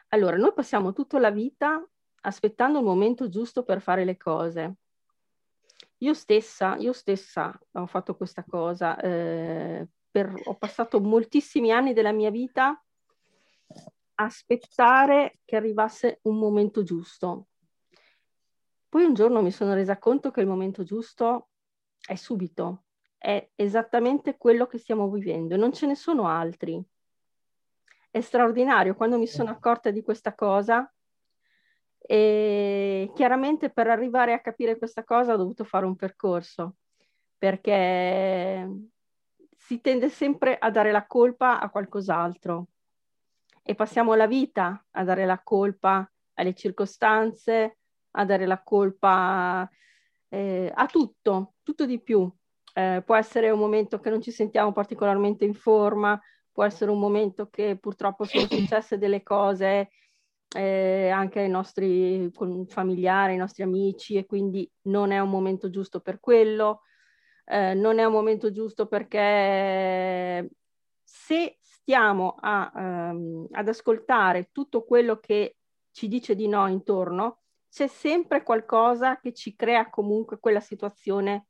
Allora, noi passiamo tutta la vita aspettando il momento giusto per fare le cose. Io stessa ho fatto questa cosa, ho passato moltissimi anni della mia vita a aspettare che arrivasse un momento giusto. Poi un giorno mi sono resa conto che il momento giusto è subito, è esattamente quello che stiamo vivendo e non ce ne sono altri. È straordinario quando mi sono accorta di questa cosa. E chiaramente per arrivare a capire questa cosa ho dovuto fare un percorso, perché si tende sempre a dare la colpa a qualcos'altro e passiamo la vita a dare la colpa alle circostanze, a dare la colpa a tutto, tutto di più. Può essere un momento che non ci sentiamo particolarmente in forma, può essere un momento che purtroppo sono successe delle cose anche ai nostri familiari, ai nostri amici, e quindi non è un momento giusto per quello. Non è un momento giusto perché se stiamo ad ascoltare tutto quello che ci dice di no intorno, c'è sempre qualcosa che ci crea comunque quella situazione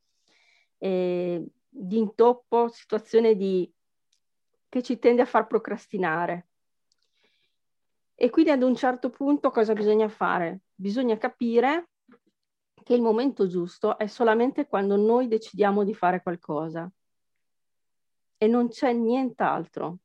di intoppo, che ci tende a far procrastinare. E quindi ad un certo punto cosa bisogna fare? Bisogna capire che il momento giusto è solamente quando noi decidiamo di fare qualcosa e non c'è nient'altro.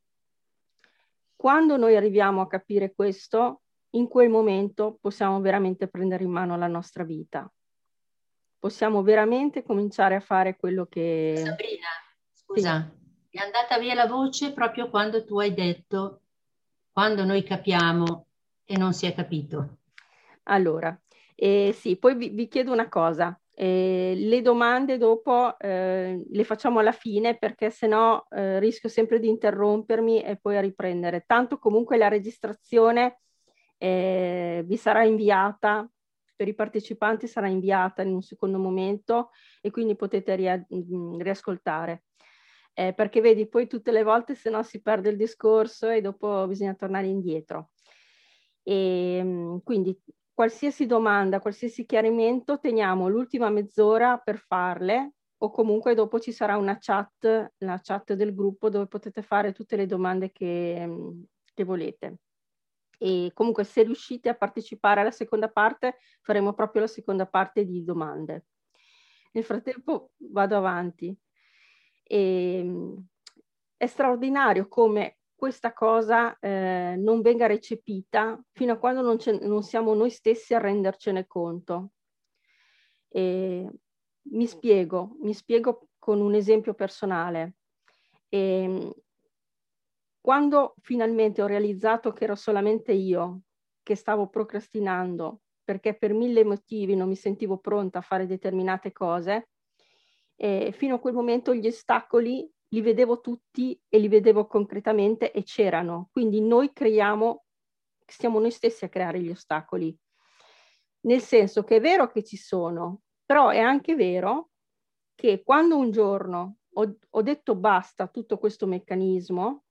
Quando noi arriviamo a capire questo, in quel momento possiamo veramente prendere in mano la nostra vita. Possiamo veramente cominciare a fare quello che... Sabrina, Sì. scusa, è andata via la voce proprio quando tu hai detto, quando noi capiamo e non si è capito. Allora, sì, poi vi chiedo una cosa. Le domande dopo le facciamo alla fine perché sennò rischio sempre di interrompermi e poi a riprendere. Tanto comunque la registrazione vi sarà inviata, per i partecipanti sarà inviata in un secondo momento e quindi potete riascoltare. Perché vedi, poi tutte le volte se no si perde il discorso e dopo bisogna tornare indietro. Quindi qualsiasi domanda, qualsiasi chiarimento, teniamo l'ultima mezz'ora per farle o comunque dopo ci sarà una chat, la chat del gruppo dove potete fare tutte le domande che volete. E comunque se riuscite a partecipare alla seconda parte, faremo proprio la seconda parte di domande. Nel frattempo vado avanti. E, è straordinario come questa cosa non venga recepita fino a quando non siamo noi stessi a rendercene conto. E mi spiego con un esempio personale. E, quando finalmente ho realizzato che ero solamente io che stavo procrastinando perché per mille motivi non mi sentivo pronta a fare determinate cose, fino a quel momento gli ostacoli li vedevo tutti e li vedevo concretamente e c'erano. Quindi siamo noi stessi a creare gli ostacoli. Nel senso che è vero che ci sono, però è anche vero che quando un giorno ho detto basta a tutto questo meccanismo,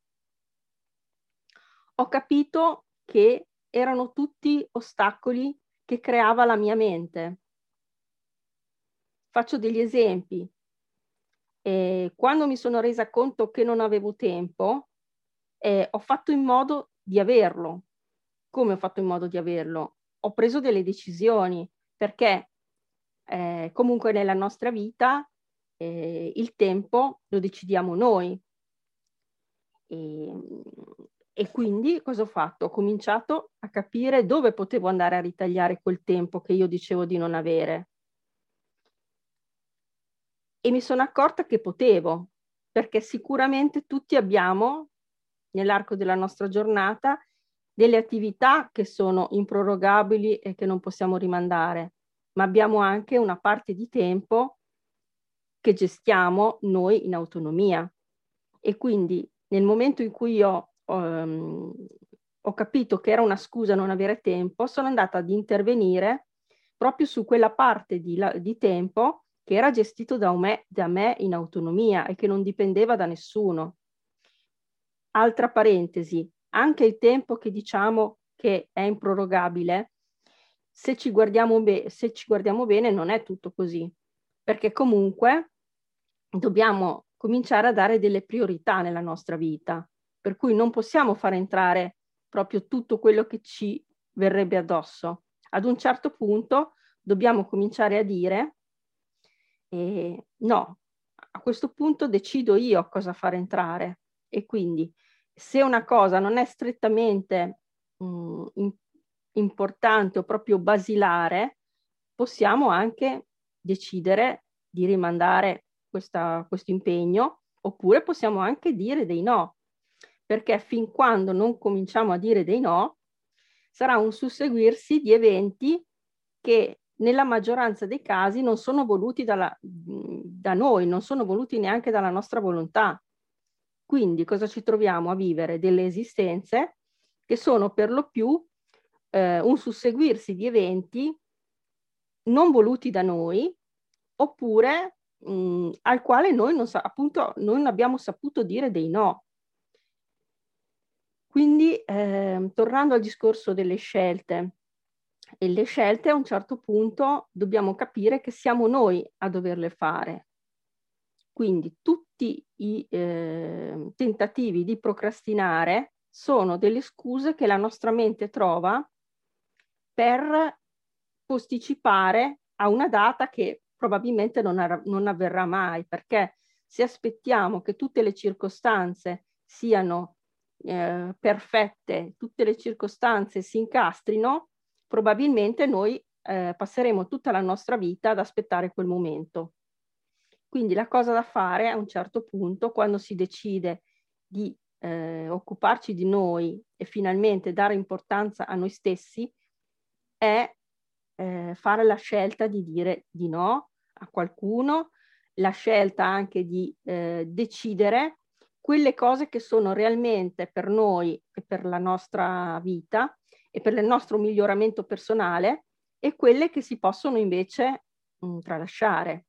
ho capito che erano tutti ostacoli che creava la mia mente. Faccio degli esempi. Quando mi sono resa conto che non avevo tempo, ho fatto in modo di averlo. Come ho fatto in modo di averlo? Ho preso delle decisioni, perché comunque nella nostra vita il tempo lo decidiamo noi. E, e quindi cosa ho fatto? Ho cominciato a capire dove potevo andare a ritagliare quel tempo che io dicevo di non avere. E mi sono accorta che potevo, perché sicuramente tutti abbiamo, nell'arco della nostra giornata, delle attività che sono improrogabili e che non possiamo rimandare, ma abbiamo anche una parte di tempo che gestiamo noi in autonomia. E quindi nel momento in cui io ho capito che era una scusa non avere tempo, sono andata ad intervenire proprio su quella parte di tempo che era gestito da me in autonomia e che non dipendeva da nessuno. Altra parentesi, anche il tempo che diciamo che è improrogabile, se ci guardiamo bene non è tutto così, perché comunque dobbiamo cominciare a dare delle priorità nella nostra vita, per cui non possiamo far entrare proprio tutto quello che ci verrebbe addosso. Ad un certo punto dobbiamo cominciare a dire no, a questo punto decido io cosa far entrare, e quindi se una cosa non è strettamente importante o proprio basilare, possiamo anche decidere di rimandare questo impegno, oppure possiamo anche dire dei no, perché fin quando non cominciamo a dire dei no, sarà un susseguirsi di eventi che nella maggioranza dei casi non sono voluti da noi, non sono voluti neanche dalla nostra volontà. Quindi cosa ci troviamo a vivere? Delle esistenze che sono per lo più un susseguirsi di eventi non voluti da noi, oppure al quale noi non abbiamo saputo dire dei no. Quindi, tornando al discorso delle scelte, e le scelte a un certo punto dobbiamo capire che siamo noi a doverle fare. Quindi tutti i tentativi di procrastinare sono delle scuse che la nostra mente trova per posticipare a una data che probabilmente non avverrà mai, perché se aspettiamo che tutte le circostanze siano perfette, tutte le circostanze si incastrino, probabilmente noi passeremo tutta la nostra vita ad aspettare quel momento. Quindi la cosa da fare a un certo punto, quando si decide di occuparci di noi e finalmente dare importanza a noi stessi, è fare la scelta di dire di no a qualcuno, la scelta anche di decidere quelle cose che sono realmente per noi e per la nostra vita e per il nostro miglioramento personale, e quelle che si possono invece tralasciare.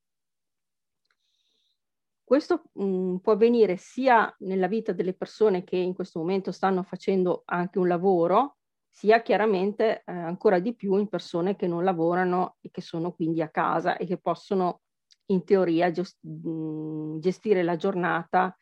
Questo può avvenire sia nella vita delle persone che in questo momento stanno facendo anche un lavoro, sia chiaramente ancora di più in persone che non lavorano e che sono quindi a casa e che possono in teoria gestire la giornata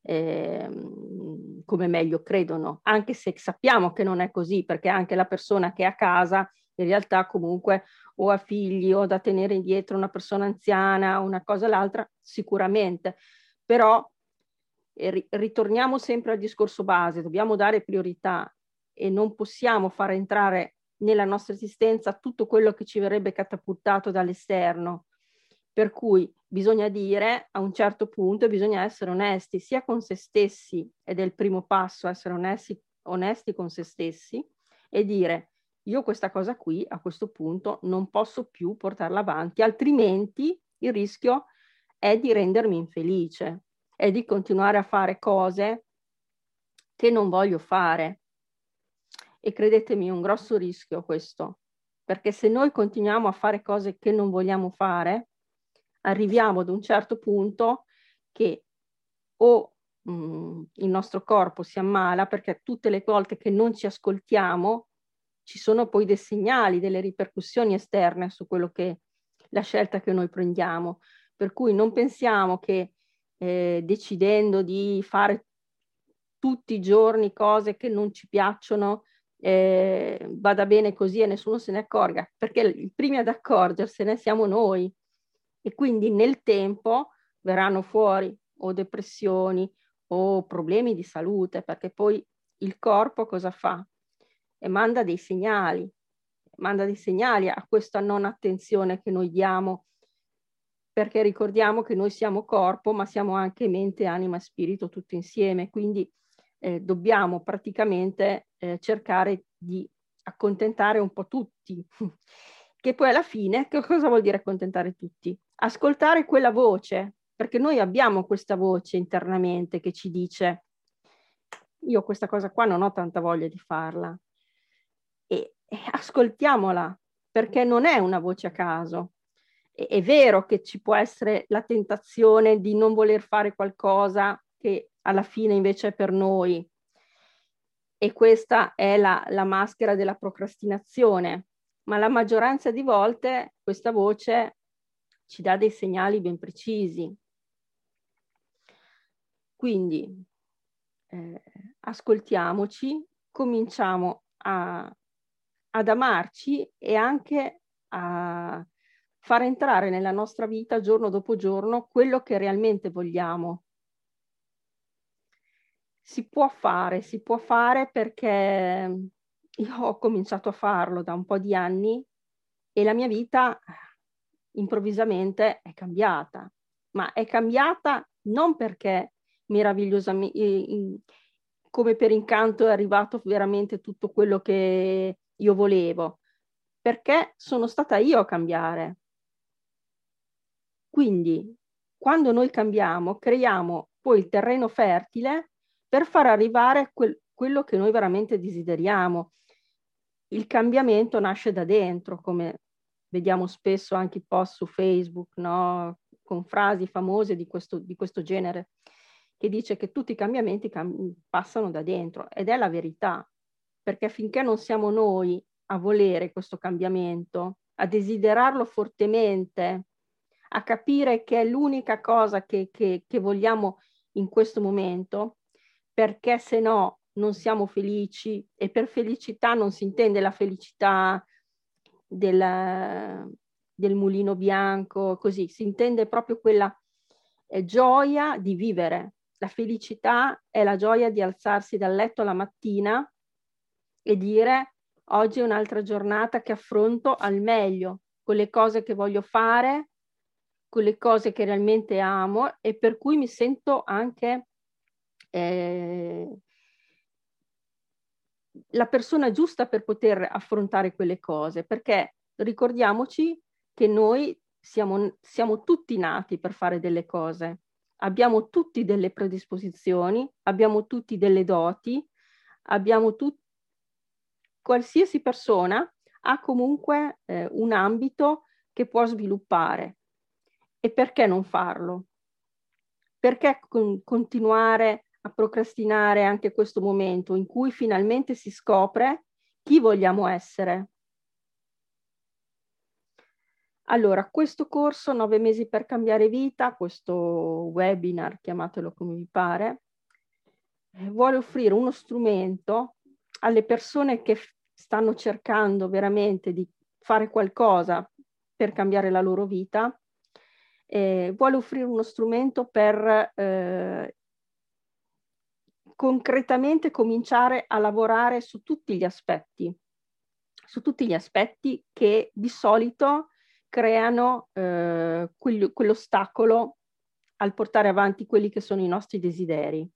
come meglio credono, anche se sappiamo che non è così, perché anche la persona che è a casa in realtà comunque o ha figli o da tenere indietro una persona anziana, una cosa o l'altra, sicuramente. Però ritorniamo sempre al discorso base, dobbiamo dare priorità e non possiamo far entrare nella nostra esistenza tutto quello che ci verrebbe catapultato dall'esterno. Per cui bisogna dire a un certo punto, bisogna essere onesti sia con se stessi, ed è il primo passo essere onesti con se stessi, e dire io questa cosa qui a questo punto non posso più portarla avanti, altrimenti il rischio è di rendermi infelice, è di continuare a fare cose che non voglio fare. E credetemi, è un grosso rischio questo, perché se noi continuiamo a fare cose che non vogliamo fare, arriviamo ad un certo punto che o il nostro corpo si ammala, perché tutte le volte che non ci ascoltiamo ci sono poi dei segnali, delle ripercussioni esterne su quello che la scelta che noi prendiamo. Per cui non pensiamo che decidendo di fare tutti i giorni cose che non ci piacciono vada bene così e nessuno se ne accorga, perché i primi ad accorgersene siamo noi, e quindi nel tempo verranno fuori o depressioni o problemi di salute, perché poi il corpo cosa fa? E manda dei segnali a questa non attenzione che noi diamo, perché ricordiamo che noi siamo corpo, ma siamo anche mente, anima e spirito tutto insieme, quindi dobbiamo praticamente cercare di accontentare un po' tutti, che poi alla fine, che cosa vuol dire accontentare tutti? Ascoltare quella voce, perché noi abbiamo questa voce internamente che ci dice io questa cosa qua non ho tanta voglia di farla, e ascoltiamola, perché non è una voce a caso. È vero che ci può essere la tentazione di non voler fare qualcosa che alla fine invece è per noi, E questa è la maschera della procrastinazione, ma la maggioranza di volte questa voce ci dà dei segnali ben precisi. Quindi ascoltiamoci, cominciamo ad amarci e anche a far entrare nella nostra vita giorno dopo giorno quello che realmente vogliamo. Si può fare perché io ho cominciato a farlo da un po' di anni e la mia vita improvvisamente è cambiata, ma è cambiata non perché meravigliosamente, come per incanto è arrivato veramente tutto quello che io volevo, perché sono stata io a cambiare. Quindi, quando noi cambiamo, creiamo poi il terreno fertile per far arrivare quello che noi veramente desideriamo. Il cambiamento nasce da dentro, come vediamo spesso anche i post su Facebook, no? Con frasi famose di questo genere, che dice che tutti i cambiamenti passano da dentro, ed è la verità, perché finché non siamo noi a volere questo cambiamento, a desiderarlo fortemente, a capire che è l'unica cosa che vogliamo in questo momento, perché se no non siamo felici, e per felicità non si intende la felicità del mulino bianco, così, si intende proprio quella gioia di vivere. La felicità è la gioia di alzarsi dal letto la mattina e dire: oggi è un'altra giornata che affronto al meglio, con le cose che voglio fare, con le cose che realmente amo e per cui mi sento anche la persona giusta per poter affrontare quelle cose, perché ricordiamoci che noi siamo tutti nati per fare delle cose, abbiamo tutti delle predisposizioni, abbiamo tutti delle doti, abbiamo tutti, qualsiasi persona ha comunque un ambito che può sviluppare. E perché non farlo? Perché continuare a procrastinare anche questo momento in cui finalmente si scopre chi vogliamo essere? Allora, questo corso 9 mesi per cambiare vita, questo webinar, chiamatelo come vi pare, vuole offrire uno strumento alle persone che stanno cercando veramente di fare qualcosa per cambiare la loro vita. Vuole offrire uno strumento per concretamente cominciare a lavorare su tutti gli aspetti che di solito creano quell'ostacolo al portare avanti quelli che sono i nostri desideri.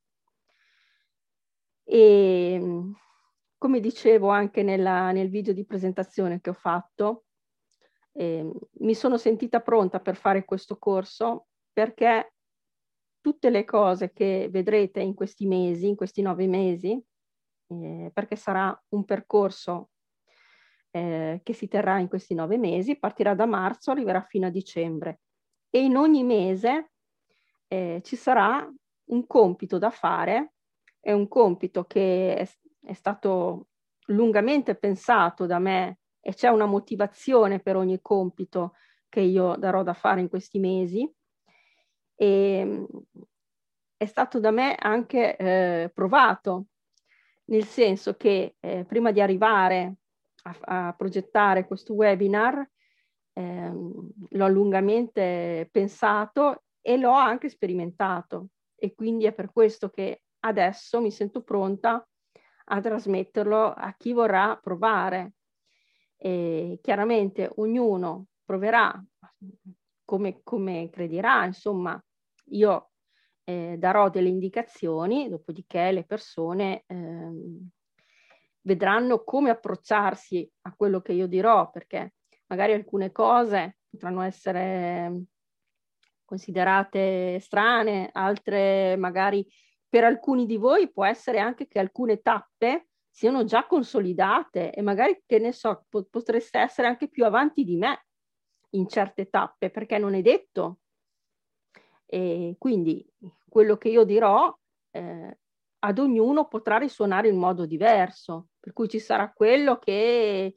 E come dicevo anche nel video di presentazione che ho fatto, mi sono sentita pronta per fare questo corso perché tutte le cose che vedrete in questi mesi, in questi 9 mesi, perché sarà un percorso che si terrà in questi 9 mesi, partirà da marzo, arriverà fino a dicembre e in ogni mese ci sarà un compito da fare, è un compito che è stato lungamente pensato da me e c'è una motivazione per ogni compito che io darò da fare in questi mesi. E è stato da me anche provato, nel senso che prima di arrivare a progettare questo webinar l'ho lungamente pensato e l'ho anche sperimentato, e quindi è per questo che adesso mi sento pronta a trasmetterlo a chi vorrà provare. E chiaramente ognuno proverà come crederà, insomma, io darò delle indicazioni, dopodiché le persone vedranno come approcciarsi a quello che io dirò, perché magari alcune cose potranno essere considerate strane, altre magari per alcuni di voi può essere anche che alcune tappe siano già consolidate e magari, che ne so, potreste essere anche più avanti di me in certe tappe, perché non è detto. E quindi quello che io dirò ad ognuno potrà risuonare in modo diverso, per cui ci sarà quello che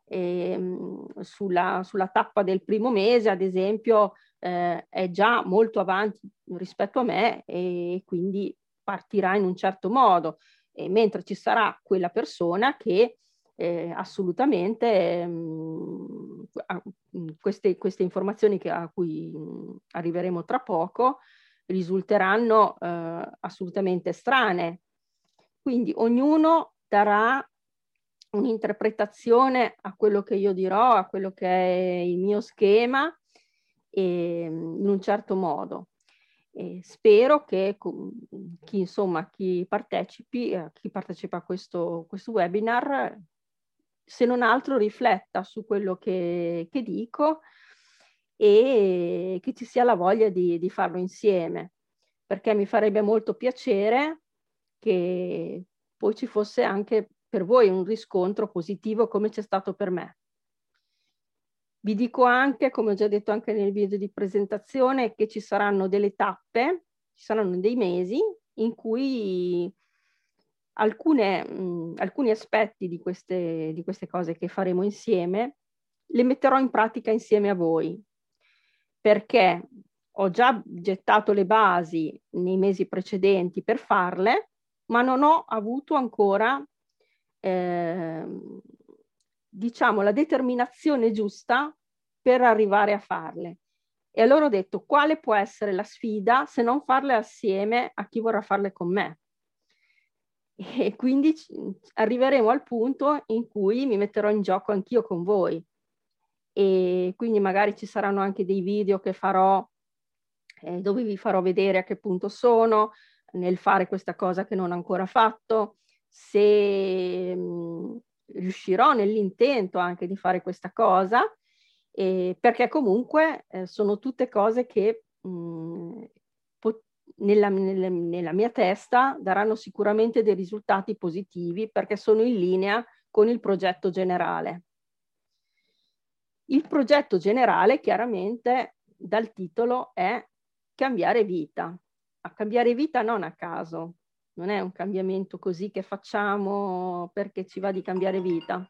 sulla tappa del primo mese, ad esempio, è già molto avanti rispetto a me e quindi partirà in un certo modo, mentre ci sarà quella persona che assolutamente queste informazioni a cui arriveremo tra poco risulteranno assolutamente strane. Quindi ognuno darà un'interpretazione a quello che io dirò, a quello che è il mio schema, in un certo modo. Spero che chi partecipa a questo webinar, se non altro rifletta su quello che dico e che ci sia la voglia di farlo insieme, perché mi farebbe molto piacere che poi ci fosse anche per voi un riscontro positivo come c'è stato per me. Vi dico anche, come ho già detto anche nel video di presentazione, che ci saranno delle tappe, ci saranno dei mesi in cui alcuni aspetti di queste cose che faremo insieme le metterò in pratica insieme a voi, perché ho già gettato le basi nei mesi precedenti per farle, ma non ho avuto ancora diciamo la determinazione giusta per arrivare a farle. E allora ho detto, quale può essere la sfida se non farle assieme a chi vorrà farle con me? E quindi arriveremo al punto in cui mi metterò in gioco anch'io con voi. E quindi magari ci saranno anche dei video che farò dove vi farò vedere a che punto sono nel fare questa cosa che non ho ancora fatto, se riuscirò nell'intento anche di fare questa cosa, perché comunque sono tutte cose che nella mia testa daranno sicuramente dei risultati positivi perché sono in linea con il progetto generale. Il progetto generale chiaramente dal titolo è cambiare vita. A cambiare vita non a caso, non è un cambiamento così che facciamo perché ci va di cambiare vita,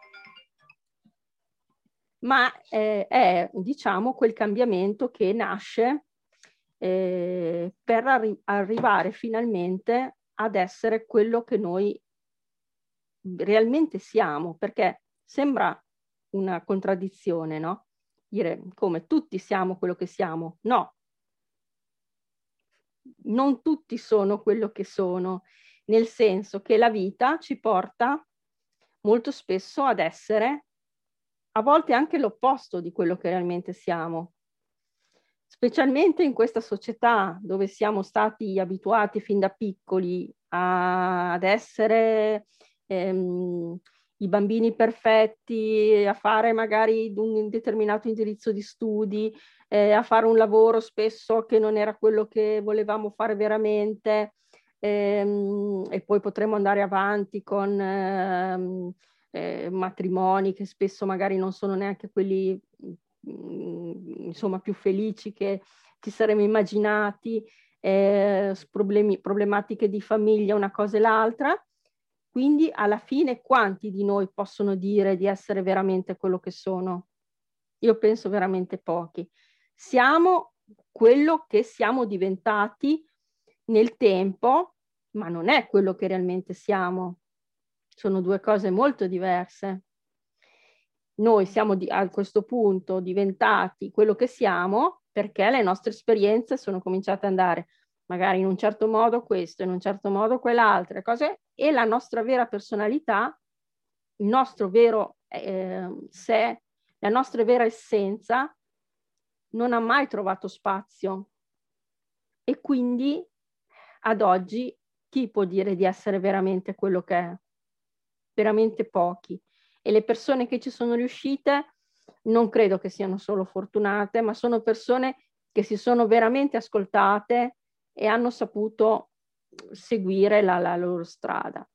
ma è diciamo quel cambiamento che nasce per arrivare finalmente ad essere quello che noi realmente siamo, perché sembra una contraddizione, no? Dire come tutti siamo quello che siamo. No, non tutti sono quello che sono, nel senso che la vita ci porta molto spesso ad essere a volte anche l'opposto di quello che realmente siamo. Specialmente in questa società dove siamo stati abituati fin da piccoli ad essere i bambini perfetti, a fare magari un determinato indirizzo di studi, a fare un lavoro spesso che non era quello che volevamo fare veramente, e poi potremo andare avanti con matrimoni che spesso magari non sono neanche quelli insomma più felici che ci saremmo immaginati, problematiche di famiglia, una cosa e l'altra. Quindi alla fine quanti di noi possono dire di essere veramente quello che sono? Io penso veramente pochi. Siamo quello che siamo diventati nel tempo, ma non è quello che realmente siamo. Sono due cose molto diverse. Noi siamo a questo punto diventati quello che siamo perché le nostre esperienze sono cominciate ad andare magari in un certo modo questo, in un certo modo quell'altra, cose, e la nostra vera personalità, il nostro vero sé, la nostra vera essenza non ha mai trovato spazio. E quindi ad oggi chi può dire di essere veramente quello che è? Veramente pochi. E le persone che ci sono riuscite non credo che siano solo fortunate, ma sono persone che si sono veramente ascoltate e hanno saputo seguire la loro strada.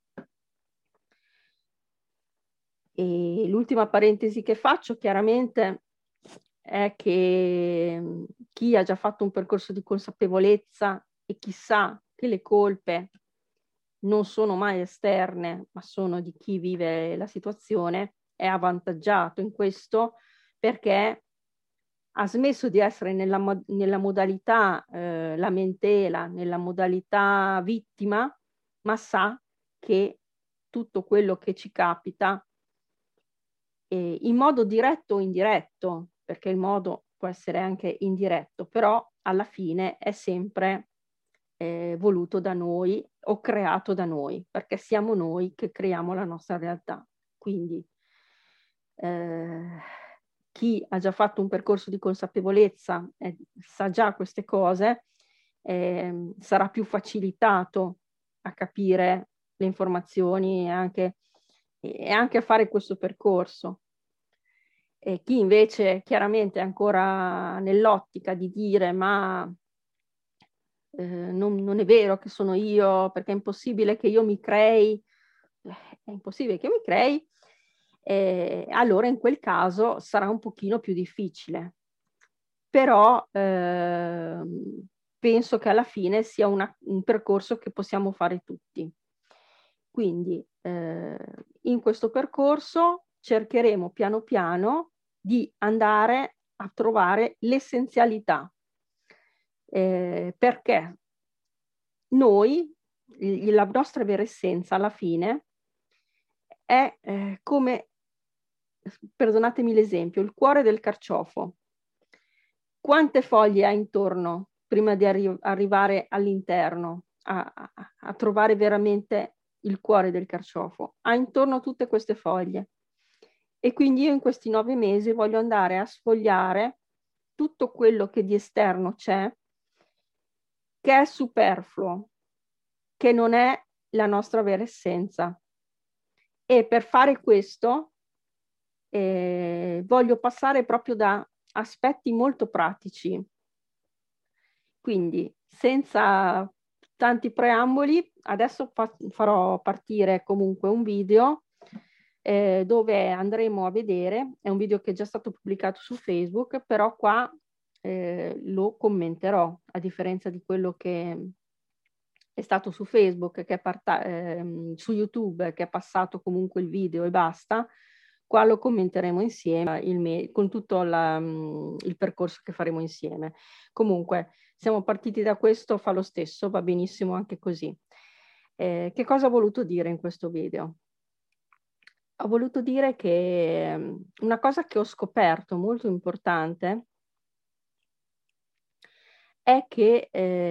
E l'ultima parentesi che faccio chiaramente è che chi ha già fatto un percorso di consapevolezza e chi sa che le colpe non sono mai esterne, ma sono di chi vive la situazione, è avvantaggiato in questo perché ha smesso di essere nella modalità lamentela, nella modalità vittima, ma sa che tutto quello che ci capita, in modo diretto o indiretto, perché il modo può essere anche indiretto, però alla fine è sempre voluto da noi o creato da noi, perché siamo noi che creiamo la nostra realtà. Quindi chi ha già fatto un percorso di consapevolezza sa già queste cose, sarà più facilitato a capire le informazioni e anche a fare questo percorso. E chi invece chiaramente è ancora nell'ottica di dire ma non è vero che sono io, perché è impossibile che io mi crei, è impossibile che io mi crei, allora in quel caso sarà un pochino più difficile. Però penso che alla fine sia un percorso che possiamo fare tutti. Quindi in questo percorso cercheremo piano piano di andare a trovare l'essenzialità. Perché noi, la nostra vera essenza alla fine è come, perdonatemi l'esempio, il cuore del carciofo. Quante foglie ha intorno prima di arrivare all'interno, a trovare veramente il cuore del carciofo? Ha intorno tutte queste foglie. E quindi io in questi 9 mesi voglio andare a sfogliare tutto quello che di esterno c'è, che è superfluo, che non è la nostra vera essenza. E per fare questo voglio passare proprio da aspetti molto pratici. Quindi, senza tanti preamboli, adesso farò partire comunque un video dove andremo a vedere, è un video che è già stato pubblicato su Facebook, però qua lo commenterò, a differenza di quello che è stato su Facebook, che è su YouTube, che è passato comunque il video e basta. Qua lo commenteremo insieme con tutto il percorso che faremo insieme. Comunque, siamo partiti da questo, fa lo stesso, va benissimo anche così. Che cosa ho voluto dire in questo video? Ho voluto dire che una cosa che ho scoperto molto importante è che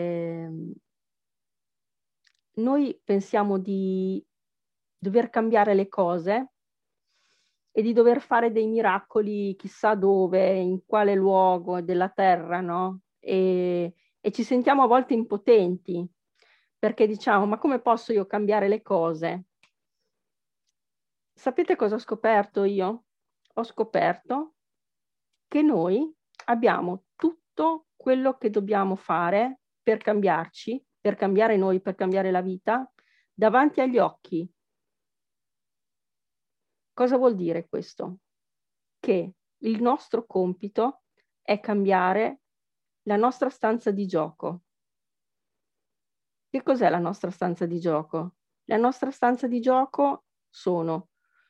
noi pensiamo di dover cambiare le cose e di dover fare dei miracoli chissà dove, in quale luogo della terra, no? E ci sentiamo a volte impotenti perché diciamo, ma come posso io cambiare le cose? Sapete cosa ho scoperto io? Ho scoperto che noi abbiamo tutto quello che dobbiamo fare per cambiarci, per cambiare noi, per cambiare la vita, davanti agli occhi. Cosa vuol dire questo? Che il nostro compito è cambiare la nostra stanza di gioco. Che cos'è la nostra stanza di gioco? La nostra stanza di gioco sono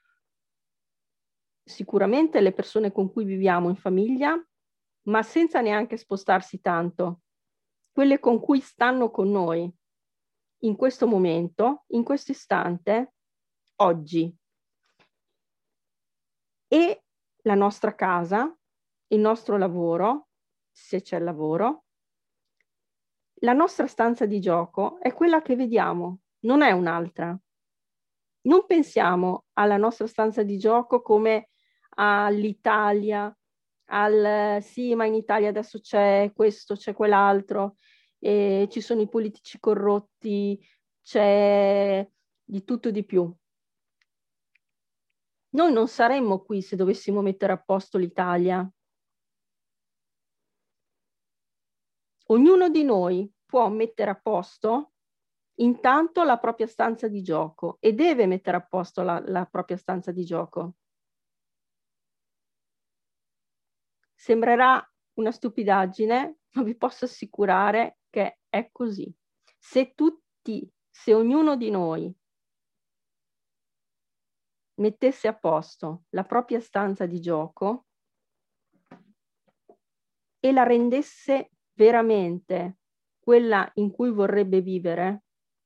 sicuramente le persone con cui viviamo in famiglia, ma senza neanche spostarsi tanto, quelle con cui stanno con noi in questo momento, in questo istante, oggi. E la nostra casa, il nostro lavoro, se c'è il lavoro, la nostra stanza di gioco è quella che vediamo, non è un'altra. Non pensiamo alla nostra stanza di gioco come all'Italia, sì, ma in Italia adesso c'è questo, c'è quell'altro, ci sono i politici corrotti, c'è di tutto e di più. Noi non saremmo qui se dovessimo mettere a posto l'Italia. Ognuno di noi può mettere a posto intanto la propria stanza di gioco e deve mettere a posto la propria stanza di gioco. Sembrerà una stupidaggine, ma vi posso assicurare che è così. Se se ognuno di noi mettesse a posto la propria stanza di gioco e la rendesse veramente quella in cui vorrebbe vivere,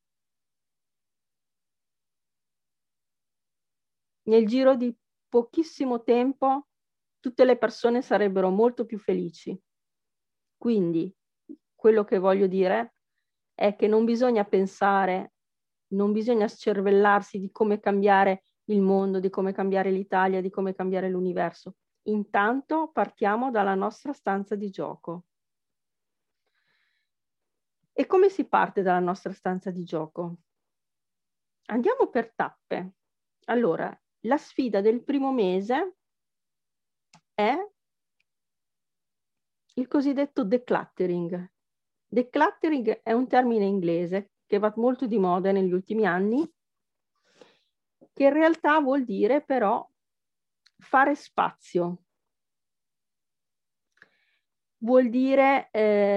nel giro di pochissimo tempo tutte le persone sarebbero molto più felici. Quindi quello che voglio dire è che non bisogna pensare, non bisogna scervellarsi di come cambiare il mondo, di come cambiare l'Italia, di come cambiare l'universo. Intanto partiamo dalla nostra stanza di gioco. E come si parte dalla nostra stanza di gioco? Andiamo per tappe. Allora, la sfida del primo mese è il cosiddetto decluttering. Decluttering è un termine inglese che va molto di moda negli ultimi anni, che in realtà vuol dire però fare spazio. Vuol dire,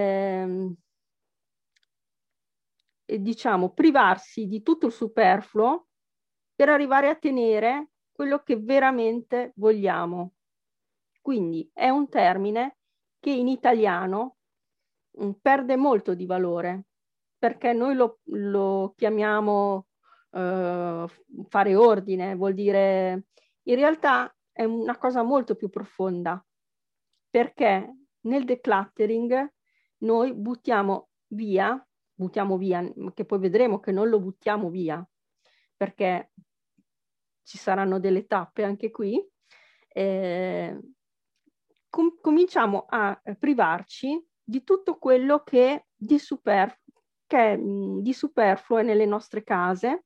diciamo, privarsi di tutto il superfluo per arrivare a tenere quello che veramente vogliamo. Quindi è un termine che in italiano perde molto di valore, perché noi lo chiamiamo fare ordine, vuol dire, in realtà è una cosa molto più profonda, perché nel decluttering noi buttiamo via, che poi vedremo che non lo buttiamo via, perché ci saranno delle tappe anche qui, cominciamo a privarci di tutto quello che di superfluo è nelle nostre case,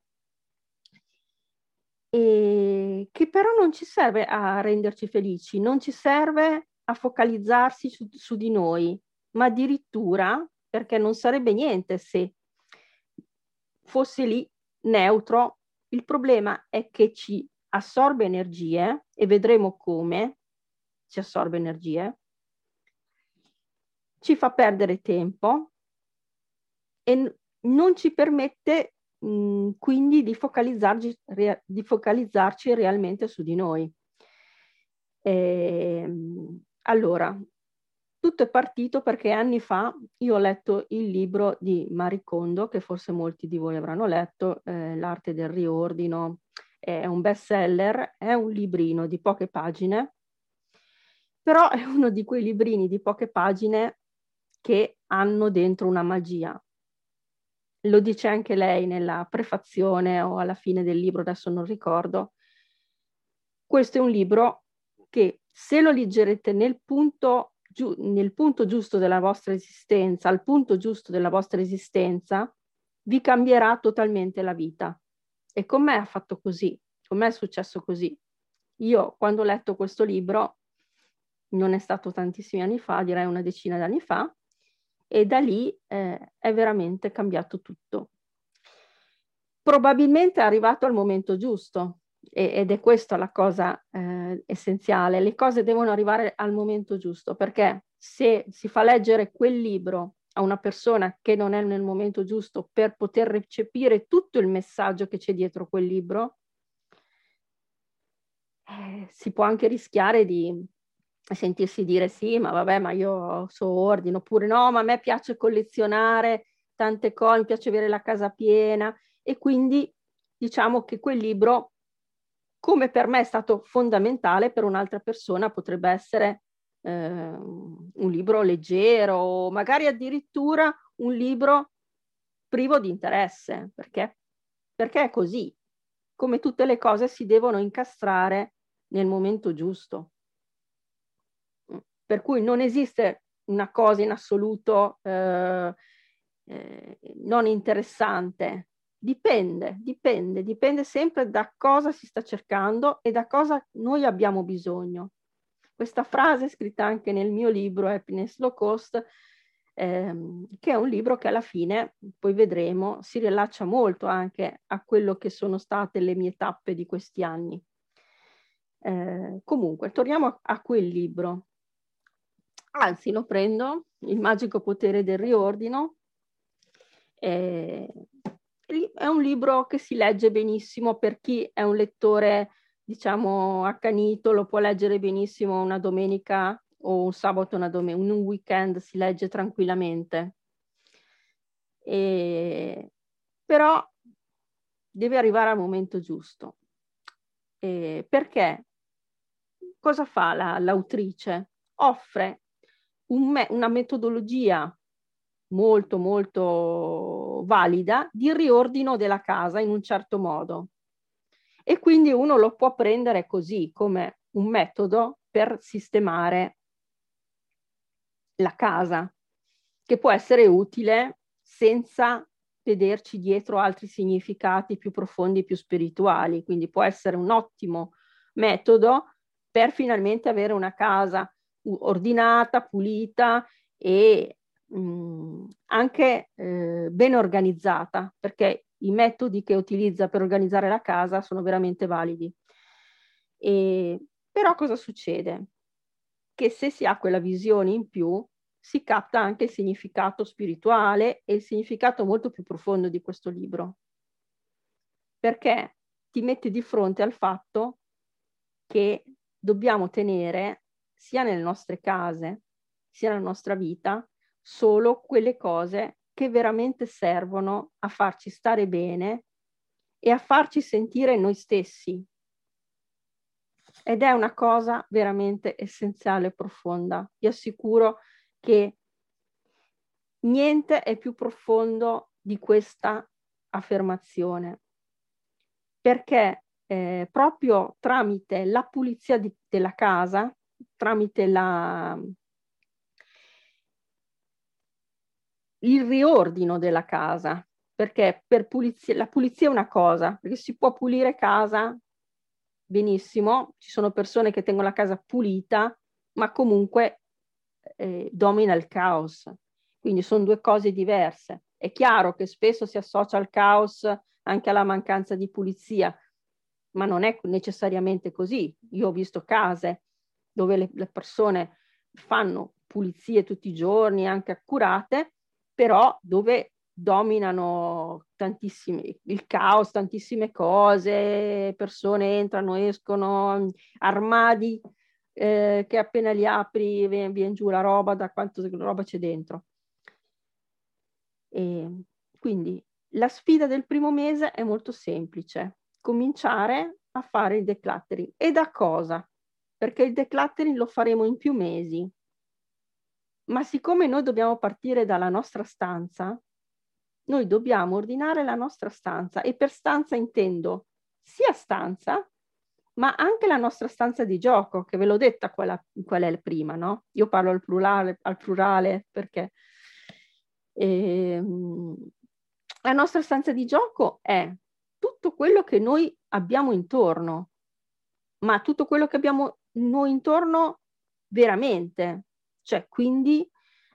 e che però non ci serve a renderci felici, non ci serve a focalizzarsi su di noi, ma addirittura, perché non sarebbe niente se fosse lì neutro, il problema è che ci assorbe energie, e vedremo come ci assorbe energie, ci fa perdere tempo e non ci permette quindi di focalizzarci realmente su di noi. Allora, tutto è partito perché anni fa io ho letto il libro di Marie Kondo, che forse molti di voi avranno letto, L'arte del riordino. È un best seller, è un librino di poche pagine, però è uno di quei librini di poche pagine che hanno dentro una magia. Lo dice anche lei nella prefazione o alla fine del libro, adesso non ricordo. Questo è un libro che, se lo leggerete nel punto giusto della vostra esistenza, al punto giusto della vostra esistenza, vi cambierà totalmente la vita. E con me ha fatto così, con me è successo così. Io, quando ho letto questo libro, non è stato tantissimi anni fa, direi una decina d'anni fa, e da lì è veramente cambiato tutto. Probabilmente è arrivato al momento giusto, ed è questa la cosa essenziale. Le cose devono arrivare al momento giusto, perché se si fa leggere quel libro a una persona che non è nel momento giusto per poter recepire tutto il messaggio che c'è dietro quel libro, si può anche rischiare di sentirsi dire sì, ma vabbè, ma io so ordine, oppure no, ma a me piace collezionare tante cose, mi piace avere la casa piena, e quindi diciamo che quel libro, come per me è stato fondamentale, per un'altra persona potrebbe essere un libro leggero, o magari addirittura un libro privo di interesse, perché è così. Come tutte le cose si devono incastrare nel momento giusto. Per cui non esiste una cosa in assoluto non interessante. Dipende sempre da cosa si sta cercando e da cosa noi abbiamo bisogno. Questa frase è scritta anche nel mio libro Happiness Low Cost, che è un libro che alla fine, poi vedremo, si riallaccia molto anche a quello che sono state le mie tappe di questi anni. Comunque, torniamo a quel libro. Anzi, lo prendo, Il magico potere del riordino. È è un libro che si legge benissimo per chi è un lettore, diciamo, accanito, lo può leggere benissimo una domenica o un sabato, un weekend, si legge tranquillamente. Però deve arrivare al momento giusto. Perché cosa fa l'autrice? Offre una metodologia molto molto valida di riordino della casa in un certo modo, e quindi uno lo può prendere così come un metodo per sistemare la casa, che può essere utile senza vederci dietro altri significati più profondi, più spirituali. Quindi può essere un ottimo metodo per finalmente avere una casa ordinata, pulita e anche ben organizzata, perché i metodi che utilizza per organizzare la casa sono veramente validi. Però cosa succede? Che se si ha quella visione in più, si capta anche il significato spirituale e il significato molto più profondo di questo libro, perché ti mette di fronte al fatto che dobbiamo tenere, sia nelle nostre case, sia nella nostra vita, solo quelle cose che veramente servono a farci stare bene e a farci sentire noi stessi. Ed è una cosa veramente essenziale e profonda. Vi assicuro che niente è più profondo di questa affermazione, perché proprio tramite la pulizia della casa, tramite il riordino della casa, perché per la pulizia è una cosa, perché si può pulire casa benissimo, ci sono persone che tengono la casa pulita, ma comunque domina il caos. Quindi sono due cose diverse. È chiaro che spesso si associa al caos anche alla mancanza di pulizia, ma non è necessariamente così. Io ho visto case dove le persone fanno pulizie tutti i giorni, anche accurate, però dove dominano tantissimi, il caos, tantissime cose, persone entrano, escono, armadi che appena li apri viene giù la roba, da quanto roba c'è dentro. E quindi la sfida del primo mese è molto semplice: cominciare a fare il decluttering. E da cosa? Perché il decluttering lo faremo in più mesi, ma siccome noi dobbiamo partire dalla nostra stanza, noi dobbiamo ordinare la nostra stanza, e per stanza intendo sia stanza, ma anche la nostra stanza di gioco, che ve l'ho detta qual è prima, no? Io parlo al plurale perché la nostra stanza di gioco è tutto quello che noi abbiamo intorno, ma tutto quello che abbiamo noi intorno veramente, cioè quindi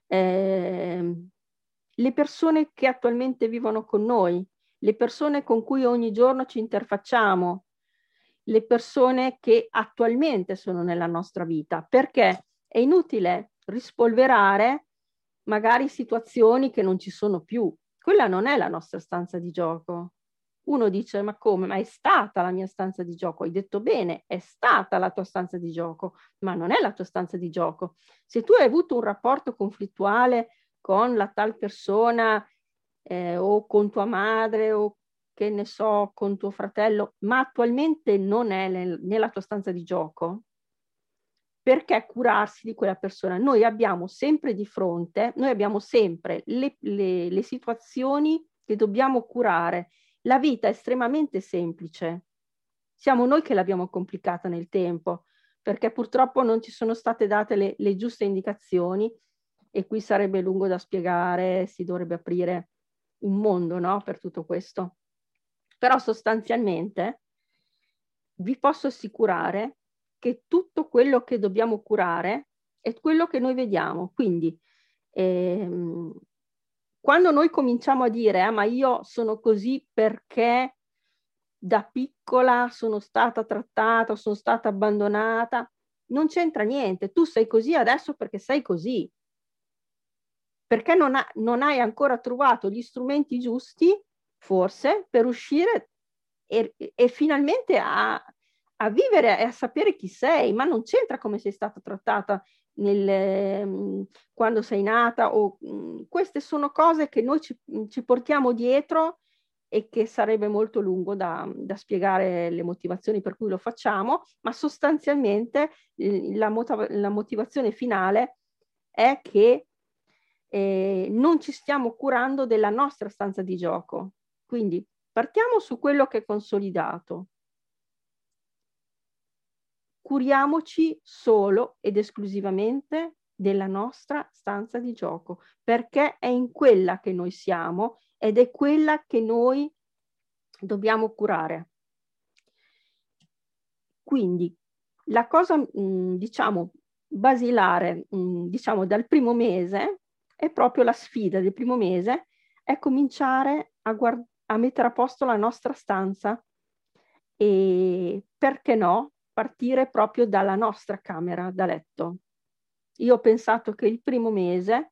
le persone che attualmente vivono con noi, le persone con cui ogni giorno ci interfacciamo, le persone che attualmente sono nella nostra vita, perché è inutile rispolverare magari situazioni che non ci sono più. Quella non è la nostra stanza di gioco. Uno dice: ma come? Ma è stata la mia stanza di gioco. Hai detto bene, è stata la tua stanza di gioco, ma non è la tua stanza di gioco. Se tu hai avuto un rapporto conflittuale con la tal persona o con tua madre o che ne so, con tuo fratello, ma attualmente non è nella tua stanza di gioco, perché curarsi di quella persona? Noi abbiamo sempre di fronte, noi abbiamo sempre le situazioni che dobbiamo curare. La vita è estremamente semplice. Siamo noi che l'abbiamo complicata nel tempo, perché purtroppo non ci sono state date le giuste indicazioni, e qui sarebbe lungo da spiegare, si dovrebbe aprire un mondo, no, per tutto questo. Però sostanzialmente vi posso assicurare che tutto quello che dobbiamo curare è quello che noi vediamo. Quindi quando noi cominciamo a dire ma io sono così perché da piccola sono stata trattata, sono stata abbandonata, non c'entra niente. Tu sei così adesso perché sei così, perché non hai ancora trovato gli strumenti giusti forse, per uscire e finalmente a vivere e a sapere chi sei, ma non c'entra come sei stata trattata quando sei nata, queste sono cose che noi ci portiamo dietro e che sarebbe molto lungo da spiegare le motivazioni per cui lo facciamo, ma sostanzialmente la motivazione finale è che non ci stiamo curando della nostra stanza di gioco. Quindi partiamo su quello che è consolidato. Curiamoci solo ed esclusivamente della nostra stanza di gioco, perché è in quella che noi siamo ed è quella che noi dobbiamo curare. Quindi la cosa, diciamo, basilare, diciamo, dal primo mese, è proprio la sfida del primo mese, è cominciare a mettere a posto la nostra stanza e, perché no, partire proprio dalla nostra camera da letto. Io ho pensato che il primo mese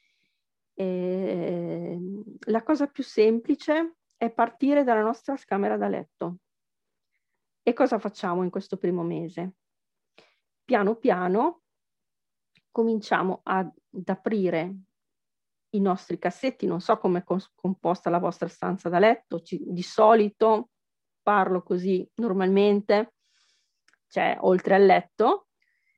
la cosa più semplice è partire dalla nostra camera da letto. E cosa facciamo in questo primo mese? Piano piano cominciamo ad aprire i nostri cassetti. Non so come è composta la vostra stanza da letto, di solito parlo così normalmente, cioè oltre al letto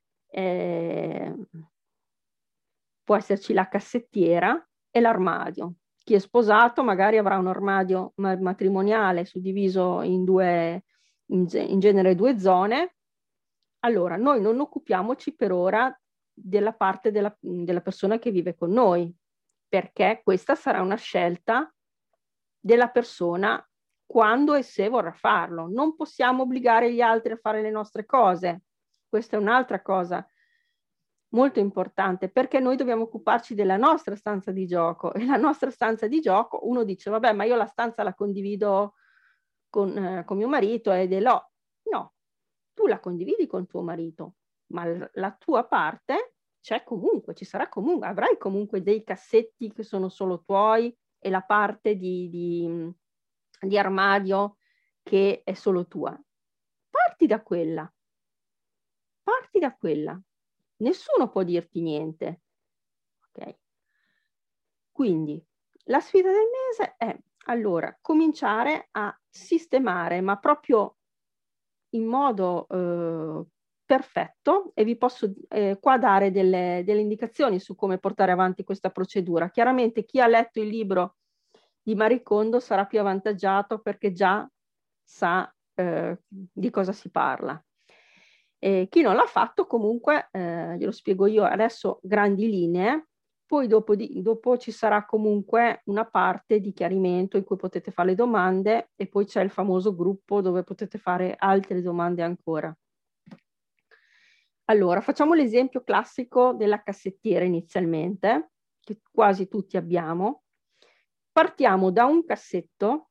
può esserci la cassettiera e l'armadio. Chi è sposato magari avrà un armadio matrimoniale suddiviso in genere due zone. Allora, noi non occupiamoci per ora della parte della persona che vive con noi, perché questa sarà una scelta della persona quando e se vorrà farlo. Non possiamo obbligare gli altri a fare le nostre cose. Questa è un'altra cosa molto importante, perché noi dobbiamo occuparci della nostra stanza di gioco, e la nostra stanza di gioco, uno dice, vabbè, ma io la stanza la condivido con mio marito ed è no, tu la condividi con tuo marito, ma la tua parte c'è comunque, ci sarà comunque, avrai comunque dei cassetti che sono solo tuoi e la parte di armadio che è solo tua. Parti da quella. Parti da quella. Nessuno può dirti niente. Ok? Quindi la sfida del mese è allora cominciare a sistemare, ma proprio in modo perfetto, e vi posso qua dare delle indicazioni su come portare avanti questa procedura. Chiaramente chi ha letto il libro di Marie Kondo sarà più avvantaggiato perché già sa di cosa si parla. Chi non l'ha fatto comunque, glielo spiego io adesso grandi linee, poi dopo ci sarà comunque una parte di chiarimento in cui potete fare le domande e poi c'è il famoso gruppo dove potete fare altre domande ancora. Allora, facciamo l'esempio classico della cassettiera inizialmente, che quasi tutti abbiamo. Partiamo da un cassetto,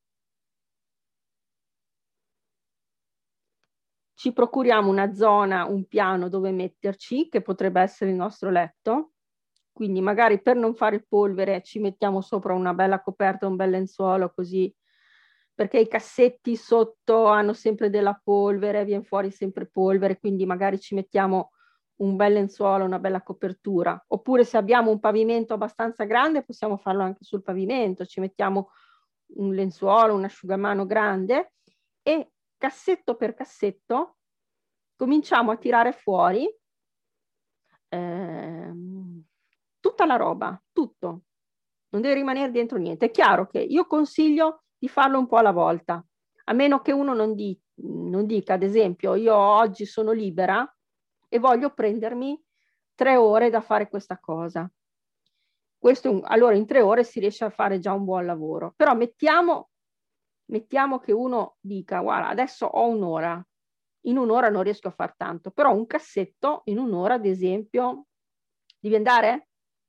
ci procuriamo una zona, un piano dove metterci, che potrebbe essere il nostro letto. Quindi magari per non fare polvere ci mettiamo sopra una bella coperta, un bel lenzuolo così, perché i cassetti sotto hanno sempre della polvere, viene fuori sempre polvere, quindi magari ci mettiamo un bel lenzuolo, una bella copertura. Oppure se abbiamo un pavimento abbastanza grande possiamo farlo anche sul pavimento, ci mettiamo un lenzuolo, un asciugamano grande e cassetto per cassetto cominciamo a tirare fuori tutta la roba, tutto. Non deve rimanere dentro niente. È chiaro che io consiglio di farlo un po' alla volta, a meno che uno non dica, ad esempio, io oggi sono libera e voglio prendermi 3 ore da fare questa cosa. Allora in 3 ore si riesce a fare già un buon lavoro. Però mettiamo che uno dica, guarda, adesso ho un'ora, in un'ora non riesco a far tanto, però un cassetto in un'ora, ad esempio, devi andare?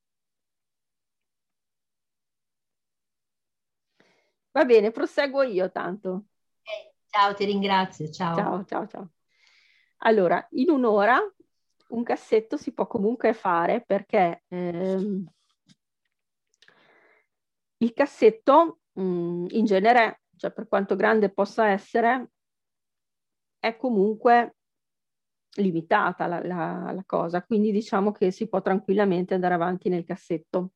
Va bene, proseguo io tanto. Ciao, ti ringrazio, ciao. Ciao, ciao, ciao. Allora, in un'ora un cassetto si può comunque fare perché il cassetto in genere, cioè per quanto grande possa essere, è comunque limitata la cosa, quindi diciamo che si può tranquillamente andare avanti nel cassetto.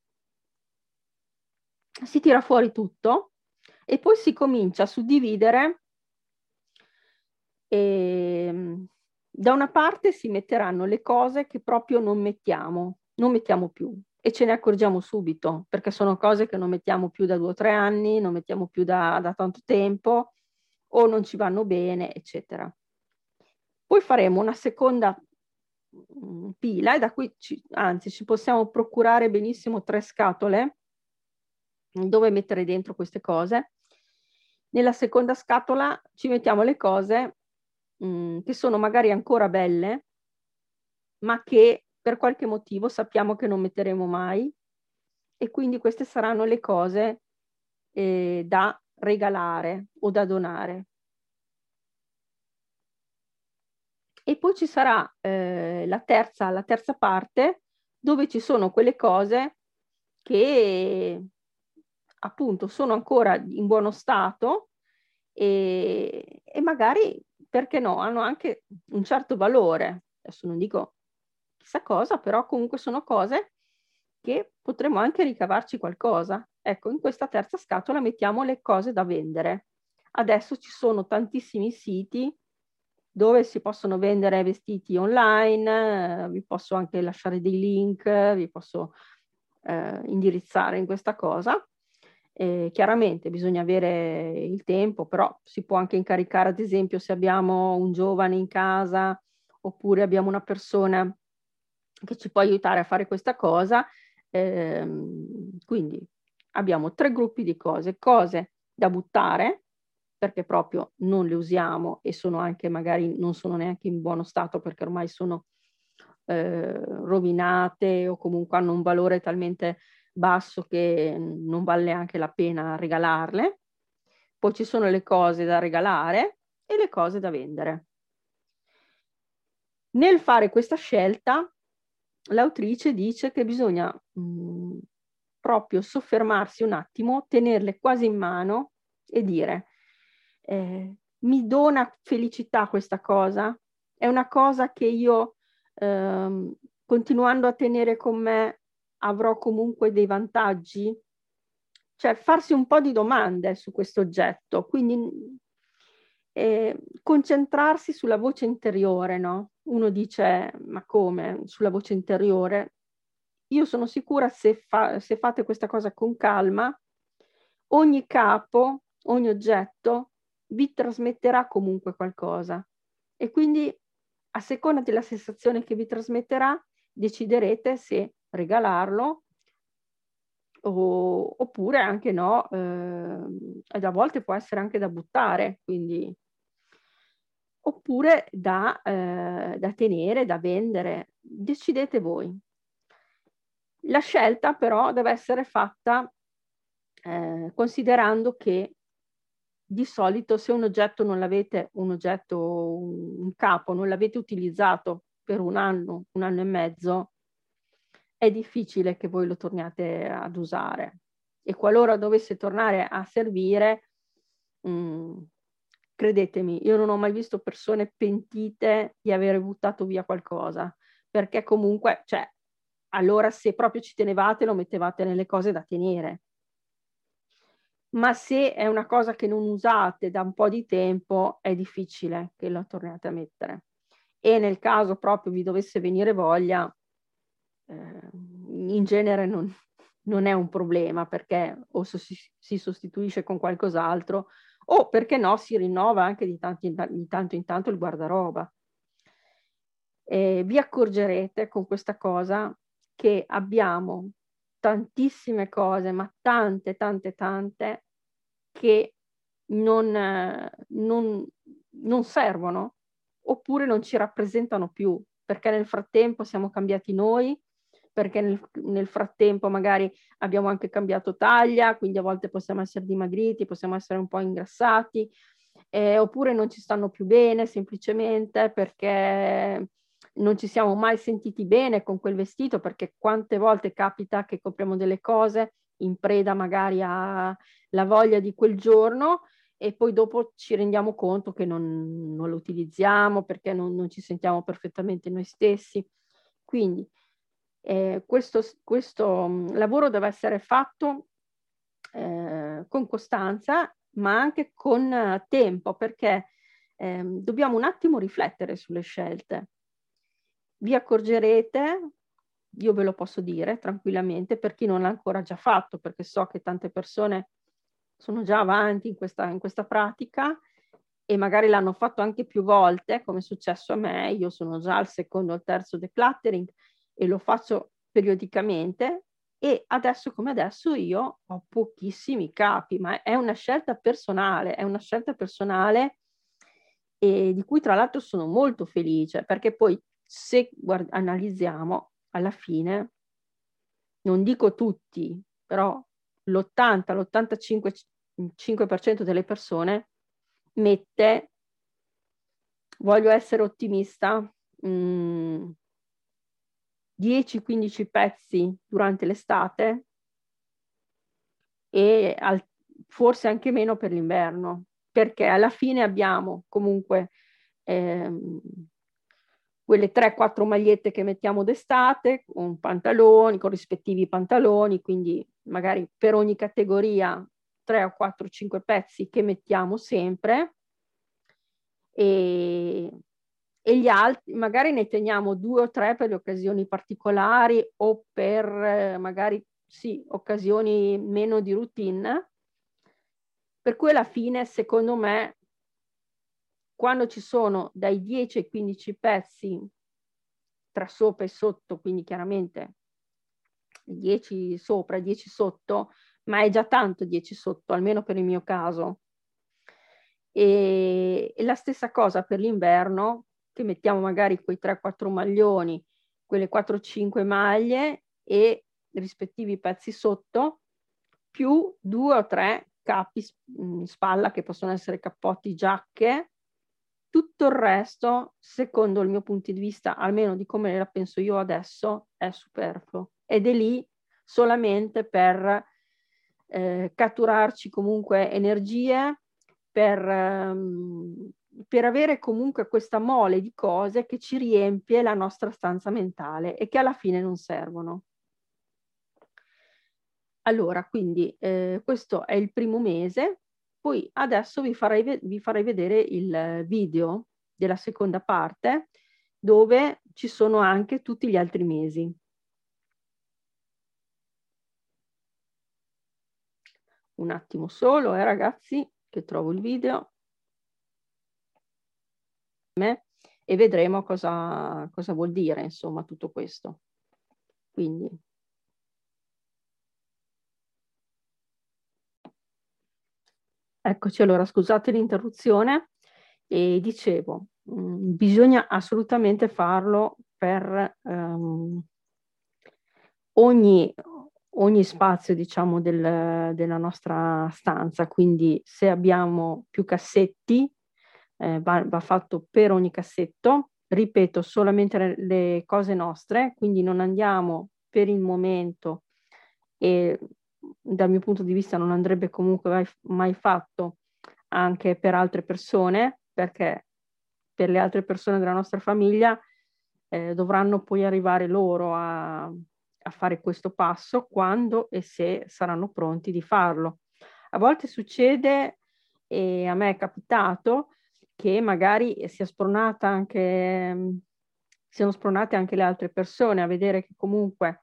Si tira fuori tutto e poi si comincia a suddividere. Da una parte si metteranno le cose che proprio non mettiamo più, e ce ne accorgiamo subito, perché sono cose che non mettiamo più da 2 o 3 anni, non mettiamo più da tanto tempo, o non ci vanno bene, eccetera. Poi faremo una seconda pila, e da qui anzi ci possiamo procurare benissimo 3 scatole dove mettere dentro queste cose. Nella seconda scatola ci mettiamo le cose che sono magari ancora belle, ma che per qualche motivo sappiamo che non metteremo mai, e quindi queste saranno le cose da regalare o da donare. E poi ci sarà la terza parte, dove ci sono quelle cose che appunto sono ancora in buono stato e magari, perché no, hanno anche un certo valore. Adesso non dico chissà cosa, però comunque sono cose che potremo anche ricavarci qualcosa. Ecco, in questa terza scatola mettiamo le cose da vendere. Adesso ci sono tantissimi siti dove si possono vendere vestiti online, vi posso anche lasciare dei link, vi posso indirizzare in questa cosa. Chiaramente bisogna avere il tempo, però si può anche incaricare, ad esempio, se abbiamo un giovane in casa oppure abbiamo una persona che ci può aiutare a fare questa cosa. Quindi abbiamo 3 gruppi di cose da buttare, perché proprio non le usiamo e sono anche, magari non sono neanche in buono stato perché ormai sono rovinate o comunque hanno un valore talmente basso che non vale neanche la pena regalarle. Poi ci sono le cose da regalare e le cose da vendere. Nel fare questa scelta, l'autrice dice che bisogna proprio soffermarsi un attimo, tenerle quasi in mano e dire mi dona felicità questa cosa? È una cosa che io continuando a tenere con me avrò comunque dei vantaggi? Cioè farsi un po' di domande su questo oggetto, quindi concentrarsi sulla voce interiore, no? Uno dice, ma come sulla voce interiore? Io sono sicura se fate questa cosa con calma, ogni capo, ogni oggetto vi trasmetterà comunque qualcosa. E quindi, a seconda della sensazione che vi trasmetterà, deciderete se regalarlo oppure anche no, ed a volte può essere anche da buttare, quindi oppure da tenere, da vendere, decidete voi. La scelta però deve essere fatta considerando che di solito se un oggetto non l'avete, un capo, non l'avete utilizzato per un anno e mezzo, è difficile che voi lo torniate ad usare. E qualora dovesse tornare a servire, credetemi, io non ho mai visto persone pentite di aver buttato via qualcosa, perché comunque, cioè, allora se proprio ci tenevate lo mettevate nelle cose da tenere. Ma se è una cosa che non usate da un po' di tempo, è difficile che lo torniate a mettere. E nel caso proprio vi dovesse venire voglia, in genere non è un problema, perché o si sostituisce con qualcos'altro o, perché no, si rinnova anche di tanto in tanto il guardaroba. Vi accorgerete con questa cosa che abbiamo tantissime cose, ma tante, che non servono oppure non ci rappresentano più, perché nel frattempo siamo cambiati noi, perché nel frattempo magari abbiamo anche cambiato taglia, quindi a volte possiamo essere dimagriti, possiamo essere un po' ingrassati, oppure non ci stanno più bene semplicemente perché non ci siamo mai sentiti bene con quel vestito, perché quante volte capita che compriamo delle cose in preda magari alla voglia di quel giorno e poi dopo ci rendiamo conto che non lo utilizziamo perché non ci sentiamo perfettamente noi stessi. Quindi questo lavoro deve essere fatto con costanza, ma anche con tempo, perché dobbiamo un attimo riflettere sulle scelte. Vi accorgerete, io ve lo posso dire tranquillamente, per chi non l'ha ancora già fatto, perché so che tante persone sono già avanti in questa pratica e magari l'hanno fatto anche più volte, come è successo a me. Io sono già al secondo o al terzo decluttering e lo faccio periodicamente, e adesso come adesso io ho pochissimi capi, ma è una scelta personale, e di cui tra l'altro sono molto felice, perché poi se analizziamo alla fine, non dico tutti, però l'80-85% delle persone mette, voglio essere ottimista, 10-15 pezzi durante l'estate e forse anche meno per l'inverno, perché alla fine abbiamo comunque quelle 3-4 magliette che mettiamo d'estate, con pantaloni, con rispettivi pantaloni, quindi magari per ogni categoria 3 o 4 5 pezzi che mettiamo sempre, e gli altri magari ne teniamo 2 o 3 per le occasioni particolari o per magari sì, occasioni meno di routine, per cui alla fine secondo me quando ci sono dai 10 ai 15 pezzi tra sopra e sotto, quindi chiaramente 10 sopra e 10 sotto, ma è già tanto 10 sotto, almeno per il mio caso. E la stessa cosa per l'inverno, che mettiamo magari quei 3-4 maglioni, quelle 4-5 maglie e rispettivi pezzi sotto, più 2 o 3 capi in spalla, che possono essere cappotti, giacche. Tutto il resto, secondo il mio punto di vista, almeno di come la penso io adesso, è superfluo ed è lì solamente per catturarci comunque energie, per avere comunque questa mole di cose che ci riempie la nostra stanza mentale e che alla fine non servono. Allora, quindi questo è il primo mese. Poi adesso vi farei vedere il video della seconda parte, dove ci sono anche tutti gli altri mesi. Un attimo solo, ragazzi, che trovo il video. E vedremo cosa vuol dire, insomma, tutto questo. Quindi eccoci, allora scusate l'interruzione, e dicevo, bisogna assolutamente farlo per ogni spazio, diciamo, della nostra stanza. Quindi se abbiamo più cassetti, va fatto per ogni cassetto, ripeto, solamente le cose nostre, quindi non andiamo per il momento, e dal mio punto di vista non andrebbe comunque mai fatto anche per altre persone, perché per le altre persone della nostra famiglia dovranno poi arrivare loro a fare questo passo quando e se saranno pronti di farlo. A volte succede, e a me è capitato, che magari siano spronate anche le altre persone a vedere che comunque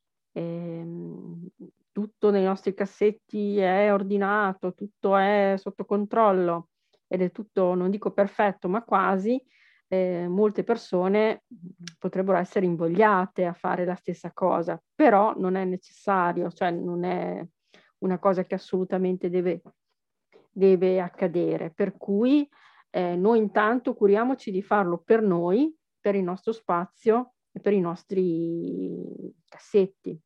tutto nei nostri cassetti è ordinato, tutto è sotto controllo ed è tutto, non dico perfetto, ma quasi. Molte persone potrebbero essere invogliate a fare la stessa cosa, però non è necessario, cioè non è una cosa che assolutamente deve accadere. Per cui noi intanto curiamoci di farlo per noi, per il nostro spazio e per i nostri cassetti.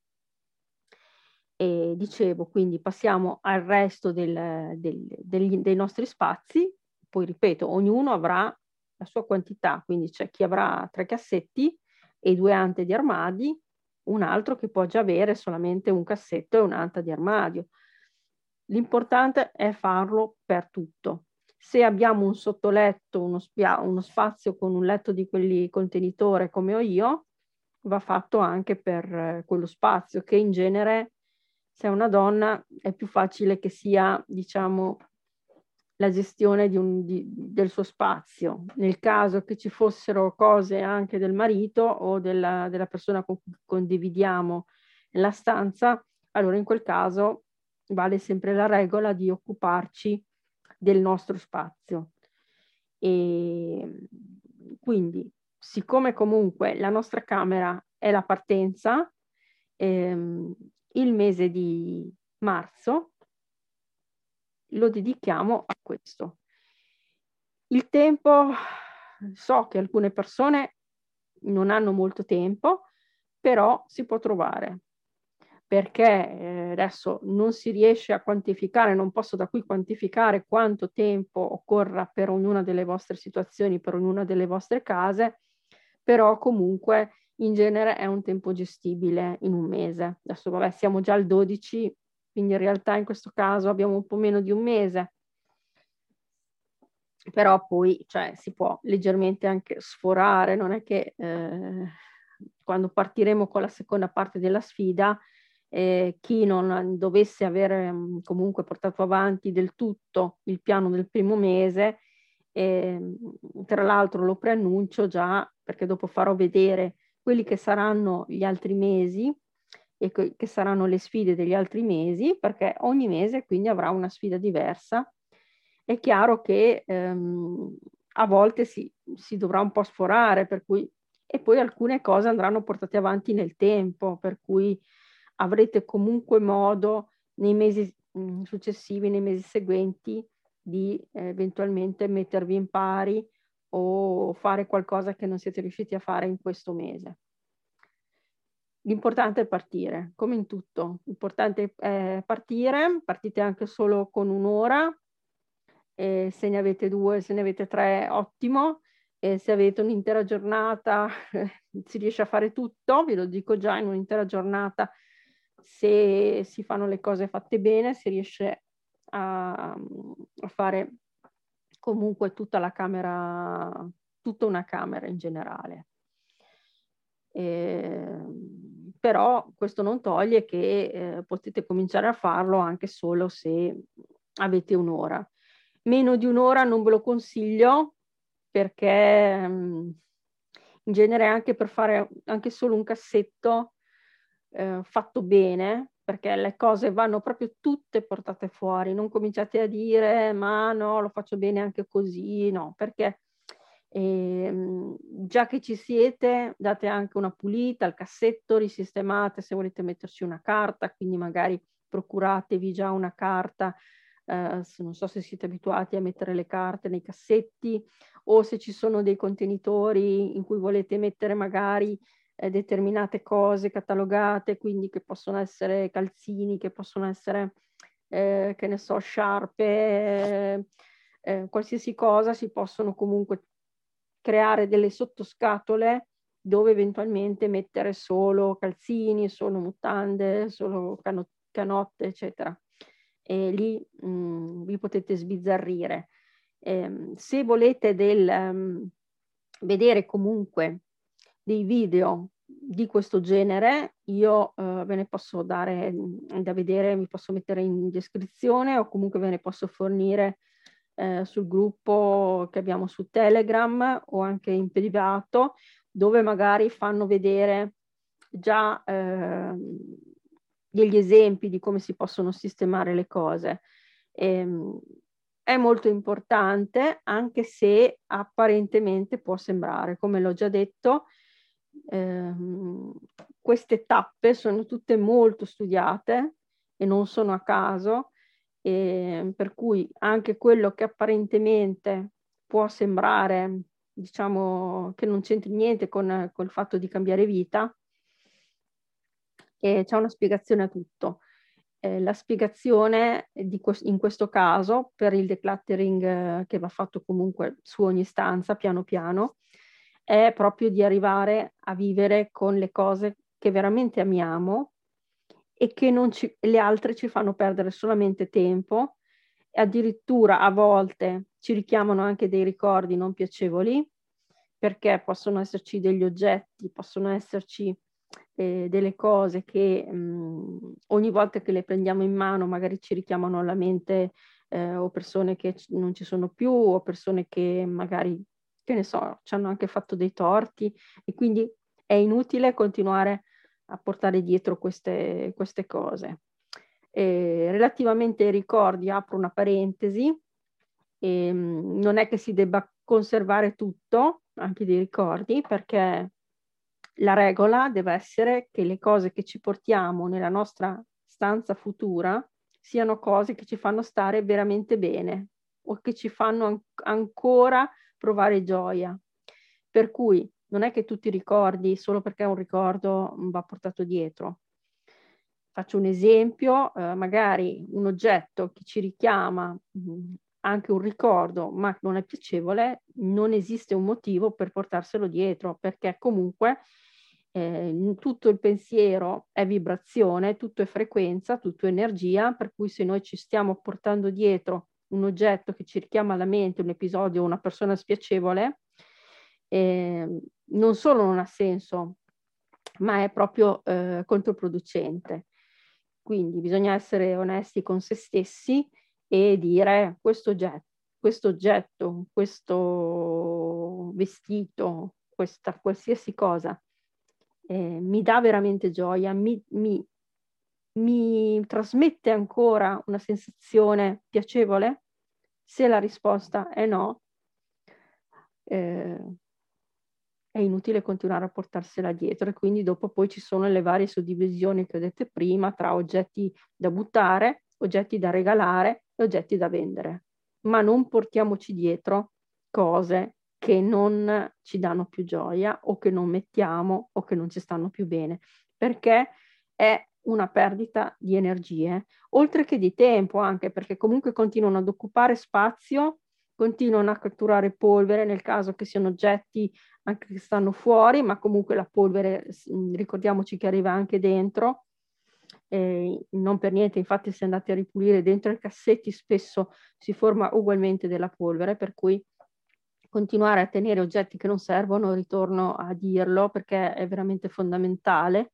E dicevo, quindi passiamo al resto dei nostri spazi. Poi ripeto, ognuno avrà la sua quantità, quindi c'è chi avrà 3 cassetti e 2 ante di armadi, un altro che può già avere solamente un cassetto e un'anta di armadio. L'importante è farlo per tutto. Se abbiamo un sottoletto, uno spazio con un letto di quelli contenitore come ho io, va fatto anche per quello spazio, che in genere, se è una donna, è più facile che sia, diciamo, la gestione del suo spazio. Nel caso che ci fossero cose anche del marito o della persona con cui condividiamo la stanza, allora in quel caso vale sempre la regola di occuparci del nostro spazio. E quindi, siccome comunque la nostra camera è la partenza, il mese di marzo lo dedichiamo a questo. Il tempo, so che alcune persone non hanno molto tempo, però si può trovare, perché adesso non si riesce a quantificare, non posso da qui quantificare quanto tempo occorra per ognuna delle vostre situazioni, per ognuna delle vostre case, però comunque in genere è un tempo gestibile in un mese. Adesso vabbè, siamo già al 12, quindi in realtà in questo caso abbiamo un po' meno di un mese, però poi cioè, si può leggermente anche sforare, non è che quando partiremo con la seconda parte della sfida, chi non dovesse avere comunque portato avanti del tutto il piano del primo mese, tra l'altro lo preannuncio già, perché dopo farò vedere quelli che saranno gli altri mesi e che saranno le sfide degli altri mesi, perché ogni mese quindi avrà una sfida diversa. È chiaro che a volte si dovrà un po' sforare, per cui, e poi alcune cose andranno portate avanti nel tempo, per cui avrete comunque modo nei mesi successivi, nei mesi seguenti, di eventualmente mettervi in pari o fare qualcosa che non siete riusciti a fare in questo mese. L'importante è partire, come in tutto. L'importante è partire, partite anche solo con un'ora, se ne avete 2, se ne avete 3, ottimo. Se avete un'intera giornata, si riesce a fare tutto, ve lo dico già, in un'intera giornata, se si fanno le cose fatte bene, si riesce a fare comunque tutta la camera, tutta una camera in generale. Però questo non toglie che potete cominciare a farlo anche solo se avete un'ora. Meno di un'ora non ve lo consiglio, perché in genere anche per fare anche solo un cassetto fatto bene, perché le cose vanno proprio tutte portate fuori, non cominciate a dire ma no, lo faccio bene anche così, no, perché già che ci siete, date anche una pulita al cassetto, risistemate se volete metterci una carta, quindi magari procuratevi già una carta, non so se siete abituati a mettere le carte nei cassetti o se ci sono dei contenitori in cui volete mettere magari determinate cose catalogate, quindi che possono essere calzini, che possono essere, che ne so, sciarpe, qualsiasi cosa, si possono comunque creare delle sottoscatole dove eventualmente mettere solo calzini, solo mutande, solo canotte, eccetera. E lì vi potete sbizzarrire. Se volete vedere comunque dei video di questo genere, io ve ne posso dare da vedere, vi posso mettere in descrizione o comunque ve ne posso fornire sul gruppo che abbiamo su Telegram o anche in privato, dove magari fanno vedere già degli esempi di come si possono sistemare le cose. È molto importante, anche se apparentemente può sembrare, come l'ho già detto, queste tappe sono tutte molto studiate e non sono a caso, per cui anche quello che apparentemente può sembrare, diciamo, che non c'entri niente con il fatto di cambiare vita, c'è una spiegazione a tutto. La spiegazione in questo caso per il decluttering che va fatto comunque su ogni stanza piano piano è proprio di arrivare a vivere con le cose che veramente amiamo e che le altre ci fanno perdere solamente tempo, e addirittura a volte ci richiamano anche dei ricordi non piacevoli, perché possono esserci degli oggetti, possono esserci delle cose che ogni volta che le prendiamo in mano magari ci richiamano alla mente o persone che non ci sono più, o persone che magari, che ne so, ci hanno anche fatto dei torti, e quindi è inutile continuare a portare dietro queste cose. Relativamente ai ricordi, apro una parentesi, non è che si debba conservare tutto, anche dei ricordi, perché la regola deve essere che le cose che ci portiamo nella nostra stanza futura siano cose che ci fanno stare veramente bene o che ci fanno ancora provare gioia. Per cui non è che tutti i ricordi, solo perché un ricordo va portato dietro. Faccio un esempio, magari un oggetto che ci richiama anche un ricordo, ma non è piacevole, non esiste un motivo per portarselo dietro, perché comunque tutto il pensiero è vibrazione, tutto è frequenza, tutto è energia, per cui se noi ci stiamo portando dietro un oggetto che ci richiama alla mente un episodio o una persona spiacevole, non solo non ha senso, ma è proprio controproducente. Quindi bisogna essere onesti con se stessi e dire questo oggetto, questo vestito, questa qualsiasi cosa mi dà veramente gioia, mi trasmette ancora una sensazione piacevole? Se la risposta è no, è inutile continuare a portarsela dietro, e quindi dopo poi ci sono le varie suddivisioni che ho detto prima tra oggetti da buttare, oggetti da regalare e oggetti da vendere. Ma non portiamoci dietro cose che non ci danno più gioia o che non mettiamo o che non ci stanno più bene, perché è una perdita di energie, oltre che di tempo anche, perché comunque continuano ad occupare spazio, continuano a catturare polvere nel caso che siano oggetti anche che stanno fuori, ma comunque la polvere, ricordiamoci che arriva anche dentro. Non per niente, infatti, se andate a ripulire dentro i cassetti spesso si forma ugualmente della polvere, per cui continuare a tenere oggetti che non servono, ritorno a dirlo perché è veramente fondamentale.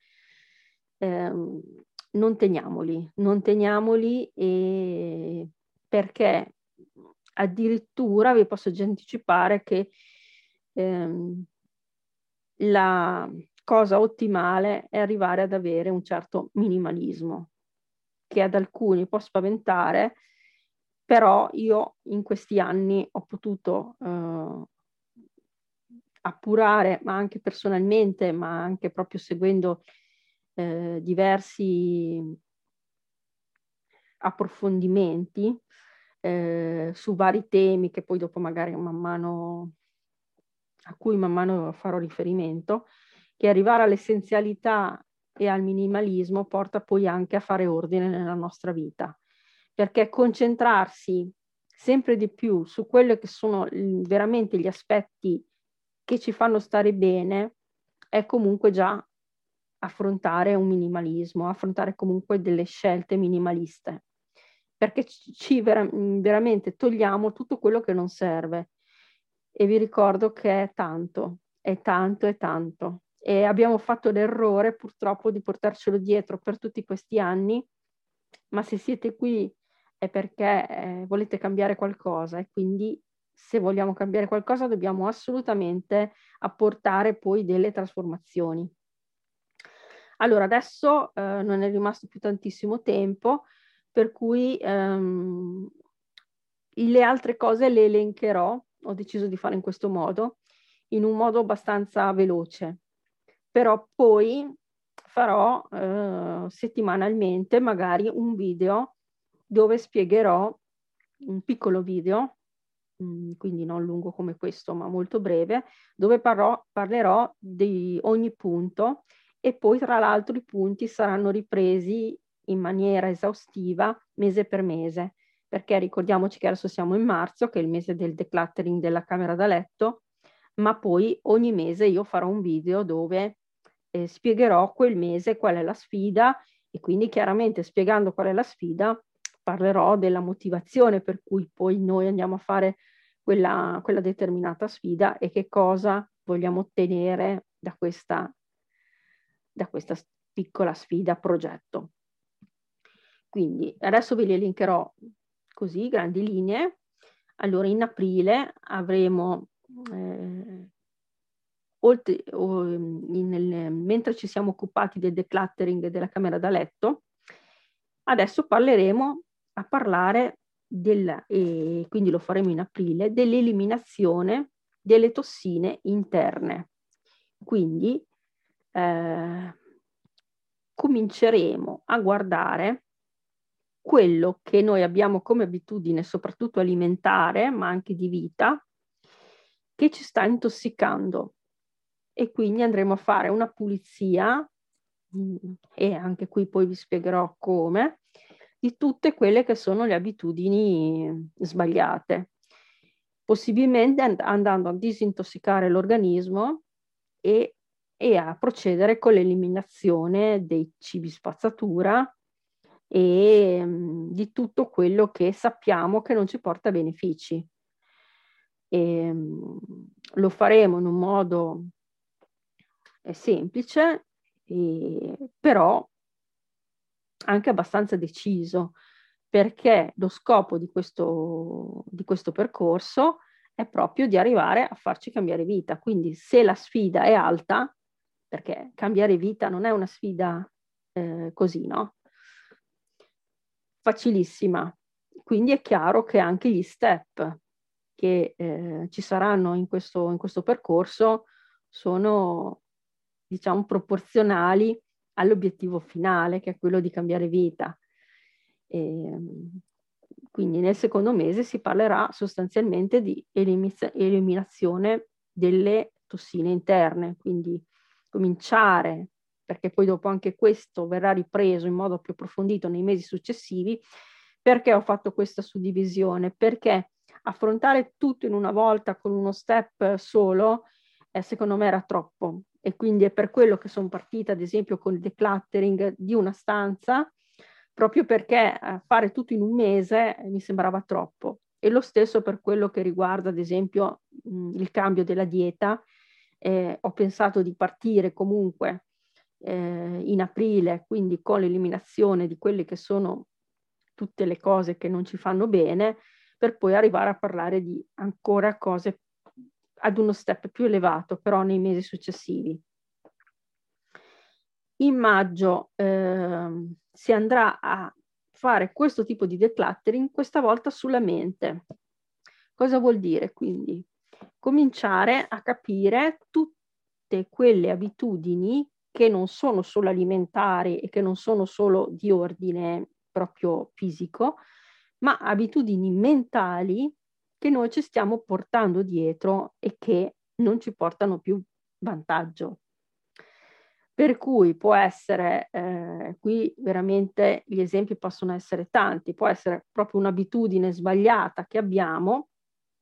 Non teniamoli perché addirittura vi posso già anticipare che la cosa ottimale è arrivare ad avere un certo minimalismo, che ad alcuni può spaventare, però io in questi anni ho potuto appurare, ma anche personalmente, ma anche proprio seguendo diversi approfondimenti su vari temi che poi dopo magari a cui man mano farò riferimento, che arrivare all'essenzialità e al minimalismo porta poi anche a fare ordine nella nostra vita, perché concentrarsi sempre di più su quelli che sono veramente gli aspetti che ci fanno stare bene è comunque già affrontare un minimalismo, affrontare comunque delle scelte minimaliste, perché veramente togliamo tutto quello che non serve. E vi ricordo che è tanto, è tanto, è tanto. E abbiamo fatto l'errore purtroppo di portarcelo dietro per tutti questi anni, ma se siete qui è perché volete cambiare qualcosa, e quindi se vogliamo cambiare qualcosa dobbiamo assolutamente apportare poi delle trasformazioni. Allora, adesso non è rimasto più tantissimo tempo, per cui le altre cose le elencherò, ho deciso di fare in questo modo, in un modo abbastanza veloce, però poi farò settimanalmente magari un video dove spiegherò, un piccolo video, quindi non lungo come questo, ma molto breve, dove parlerò di ogni punto, e poi tra l'altro i punti saranno ripresi in maniera esaustiva mese per mese, perché ricordiamoci che adesso siamo in marzo, che è il mese del decluttering della camera da letto, ma poi ogni mese io farò un video dove spiegherò quel mese qual è la sfida e quindi chiaramente spiegando qual è la sfida parlerò della motivazione per cui poi noi andiamo a fare quella determinata sfida e che cosa vogliamo ottenere da questa piccola sfida progetto. Quindi adesso ve li elencherò così, grandi linee. Allora in aprile avremo, mentre ci siamo occupati del decluttering della camera da letto, adesso parleremo e quindi lo faremo in aprile, dell'eliminazione delle tossine interne. Quindi cominceremo a guardare quello che noi abbiamo come abitudine, soprattutto alimentare, ma anche di vita, che ci sta intossicando. E quindi andremo a fare una pulizia, e anche qui poi vi spiegherò come, di tutte quelle che sono le abitudini sbagliate, possibilmente andando a disintossicare l'organismo e a procedere con l'eliminazione dei cibi spazzatura e di tutto quello che sappiamo che non ci porta benefici. Lo faremo in un modo semplice, però anche abbastanza deciso, perché lo scopo di questo percorso è proprio di arrivare a farci cambiare vita. Quindi se la sfida è alta, perché cambiare vita non è una sfida così, no? Facilissima. Quindi è chiaro che anche gli step che ci saranno in questo percorso sono, diciamo, proporzionali all'obiettivo finale, che è quello di cambiare vita. Quindi nel secondo mese si parlerà sostanzialmente di eliminazione delle tossine interne, quindi cominciare, perché poi dopo anche questo verrà ripreso in modo più approfondito nei mesi successivi. Perché ho fatto questa suddivisione? Perché affrontare tutto in una volta con uno step solo, secondo me era troppo. E quindi è per quello che sono partita, ad esempio, con il decluttering di una stanza, proprio perché fare tutto in un mese mi sembrava troppo. E lo stesso per quello che riguarda, ad esempio, il cambio della dieta. Ho pensato di partire comunque in aprile, quindi con l'eliminazione di quelle che sono tutte le cose che non ci fanno bene, per poi arrivare a parlare di ancora cose ad uno step più elevato, però nei mesi successivi. In maggio si andrà a fare questo tipo di decluttering, questa volta sulla mente. Cosa vuol dire quindi? Cominciare a capire tutte quelle abitudini che non sono solo alimentari e che non sono solo di ordine proprio fisico, ma abitudini mentali che noi ci stiamo portando dietro e che non ci portano più vantaggio. Per cui può essere, qui veramente gli esempi possono essere tanti, può essere proprio un'abitudine sbagliata che abbiamo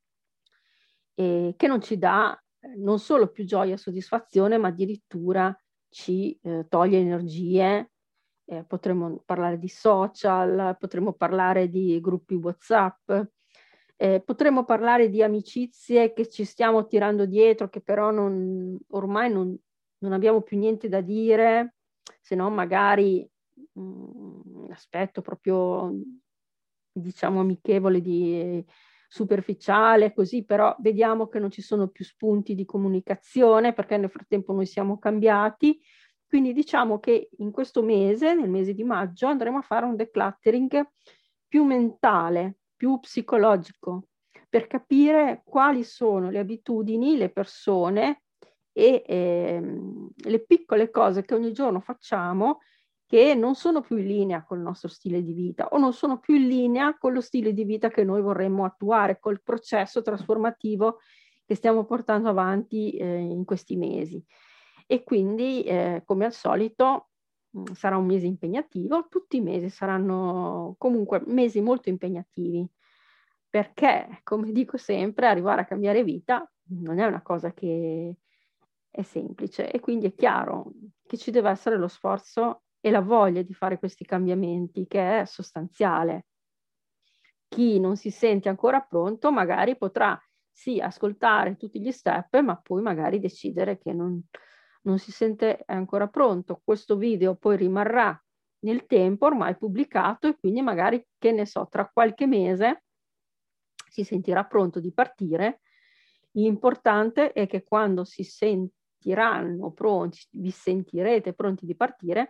che non ci dà non solo più gioia e soddisfazione, ma addirittura ci toglie energie. Potremmo parlare di social, potremmo parlare di gruppi WhatsApp, potremmo parlare di amicizie che ci stiamo tirando dietro, che però ormai non abbiamo più niente da dire, se no magari un aspetto proprio, diciamo, amichevole, superficiale, così, però vediamo che non ci sono più spunti di comunicazione perché nel frattempo noi siamo cambiati. Quindi diciamo che in questo mese, nel mese di maggio, andremo a fare un decluttering più mentale, più psicologico, per capire quali sono le abitudini, le persone e le piccole cose che ogni giorno facciamo che non sono più in linea col nostro stile di vita o non sono più in linea con lo stile di vita che noi vorremmo attuare, col processo trasformativo che stiamo portando avanti in questi mesi. E quindi, come al solito, sarà un mese impegnativo, tutti i mesi saranno comunque mesi molto impegnativi, perché, come dico sempre, arrivare a cambiare vita non è una cosa che è semplice e quindi è chiaro che ci deve essere lo sforzo e la voglia di fare questi cambiamenti, che è sostanziale. Chi non si sente ancora pronto magari potrà sì ascoltare tutti gli step, ma poi magari decidere che non si sente ancora pronto. Questo video poi rimarrà nel tempo ormai pubblicato e quindi magari, che ne so, tra qualche mese si sentirà pronto di partire. L'importante è che quando si sentiranno pronti, vi sentirete pronti di partire,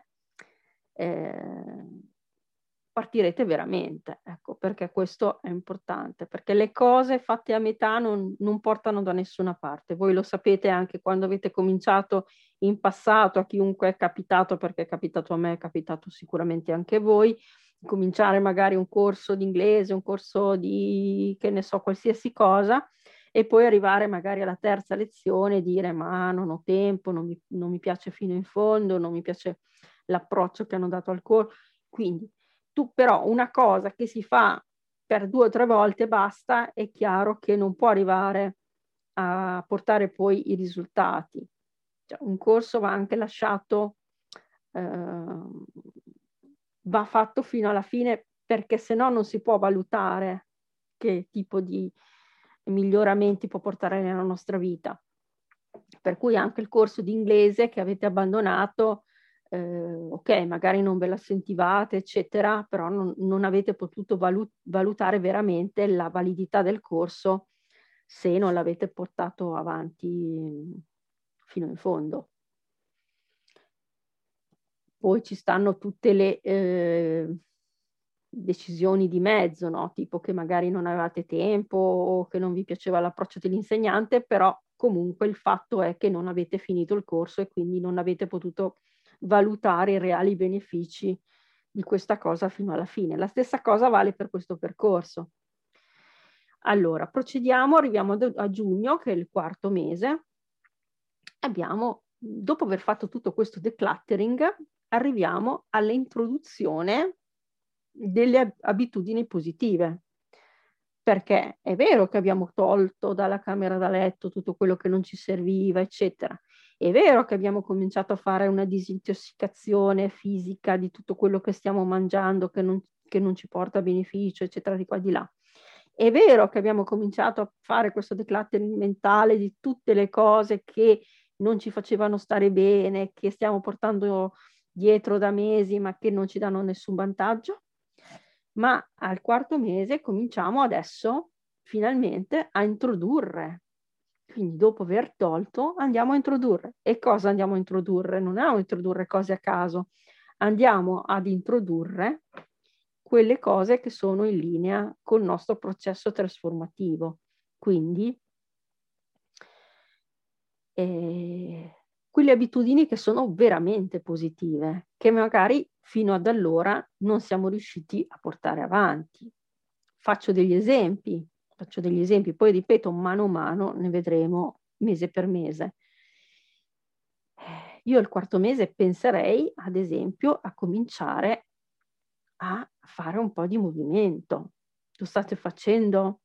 partirete veramente, ecco, perché questo è importante, perché le cose fatte a metà non portano da nessuna parte. Voi lo sapete anche quando avete cominciato in passato, a chiunque è capitato, perché è capitato a me, è capitato sicuramente anche a voi, cominciare magari un corso di inglese, un corso di, che ne so, qualsiasi cosa, e poi arrivare magari alla terza lezione e dire ma non ho tempo, non mi piace fino in fondo, non mi piace l'approccio che hanno dato al corso. Quindi tu però una cosa che si fa per 2 o 3 volte e basta, è chiaro che non può arrivare a portare poi i risultati. Cioè, un corso va anche lasciato, va fatto fino alla fine, perché se no non si può valutare che tipo di miglioramenti può portare nella nostra vita. Per cui anche il corso di inglese che avete abbandonato, ok, magari non ve la sentivate, eccetera, però non avete potuto valutare veramente la validità del corso se non l'avete portato avanti fino in fondo. Poi ci stanno tutte le decisioni di mezzo, no? Tipo che magari non avevate tempo o che non vi piaceva l'approccio dell'insegnante, però comunque il fatto è che non avete finito il corso e quindi non avete potuto valutare i reali benefici di questa cosa fino alla fine. La stessa cosa vale per questo percorso. Allora, procediamo, arriviamo a giugno, che è il 4º mese. Abbiamo, dopo aver fatto tutto questo decluttering, arriviamo all'introduzione delle abitudini positive. Perché è vero che abbiamo tolto dalla camera da letto tutto quello che non ci serviva, eccetera. È vero che abbiamo cominciato a fare una disintossicazione fisica di tutto quello che stiamo mangiando, che non ci porta beneficio, eccetera, di qua e di là. È vero che abbiamo cominciato a fare questo decluttering mentale di tutte le cose che non ci facevano stare bene, che stiamo portando dietro da mesi, ma che non ci danno nessun vantaggio. Ma al 4º mese cominciamo adesso finalmente a introdurre. Quindi dopo aver tolto andiamo a introdurre. E cosa andiamo a introdurre? Non andiamo a introdurre cose a caso, andiamo ad introdurre quelle cose che sono in linea col nostro processo trasformativo. Quindi quelle abitudini che sono veramente positive, che magari fino ad allora non siamo riusciti a portare avanti. Faccio degli esempi, poi ripeto, mano a mano ne vedremo mese per mese. Io il 4º mese penserei, ad esempio, a cominciare a fare un po' di movimento. Lo state facendo?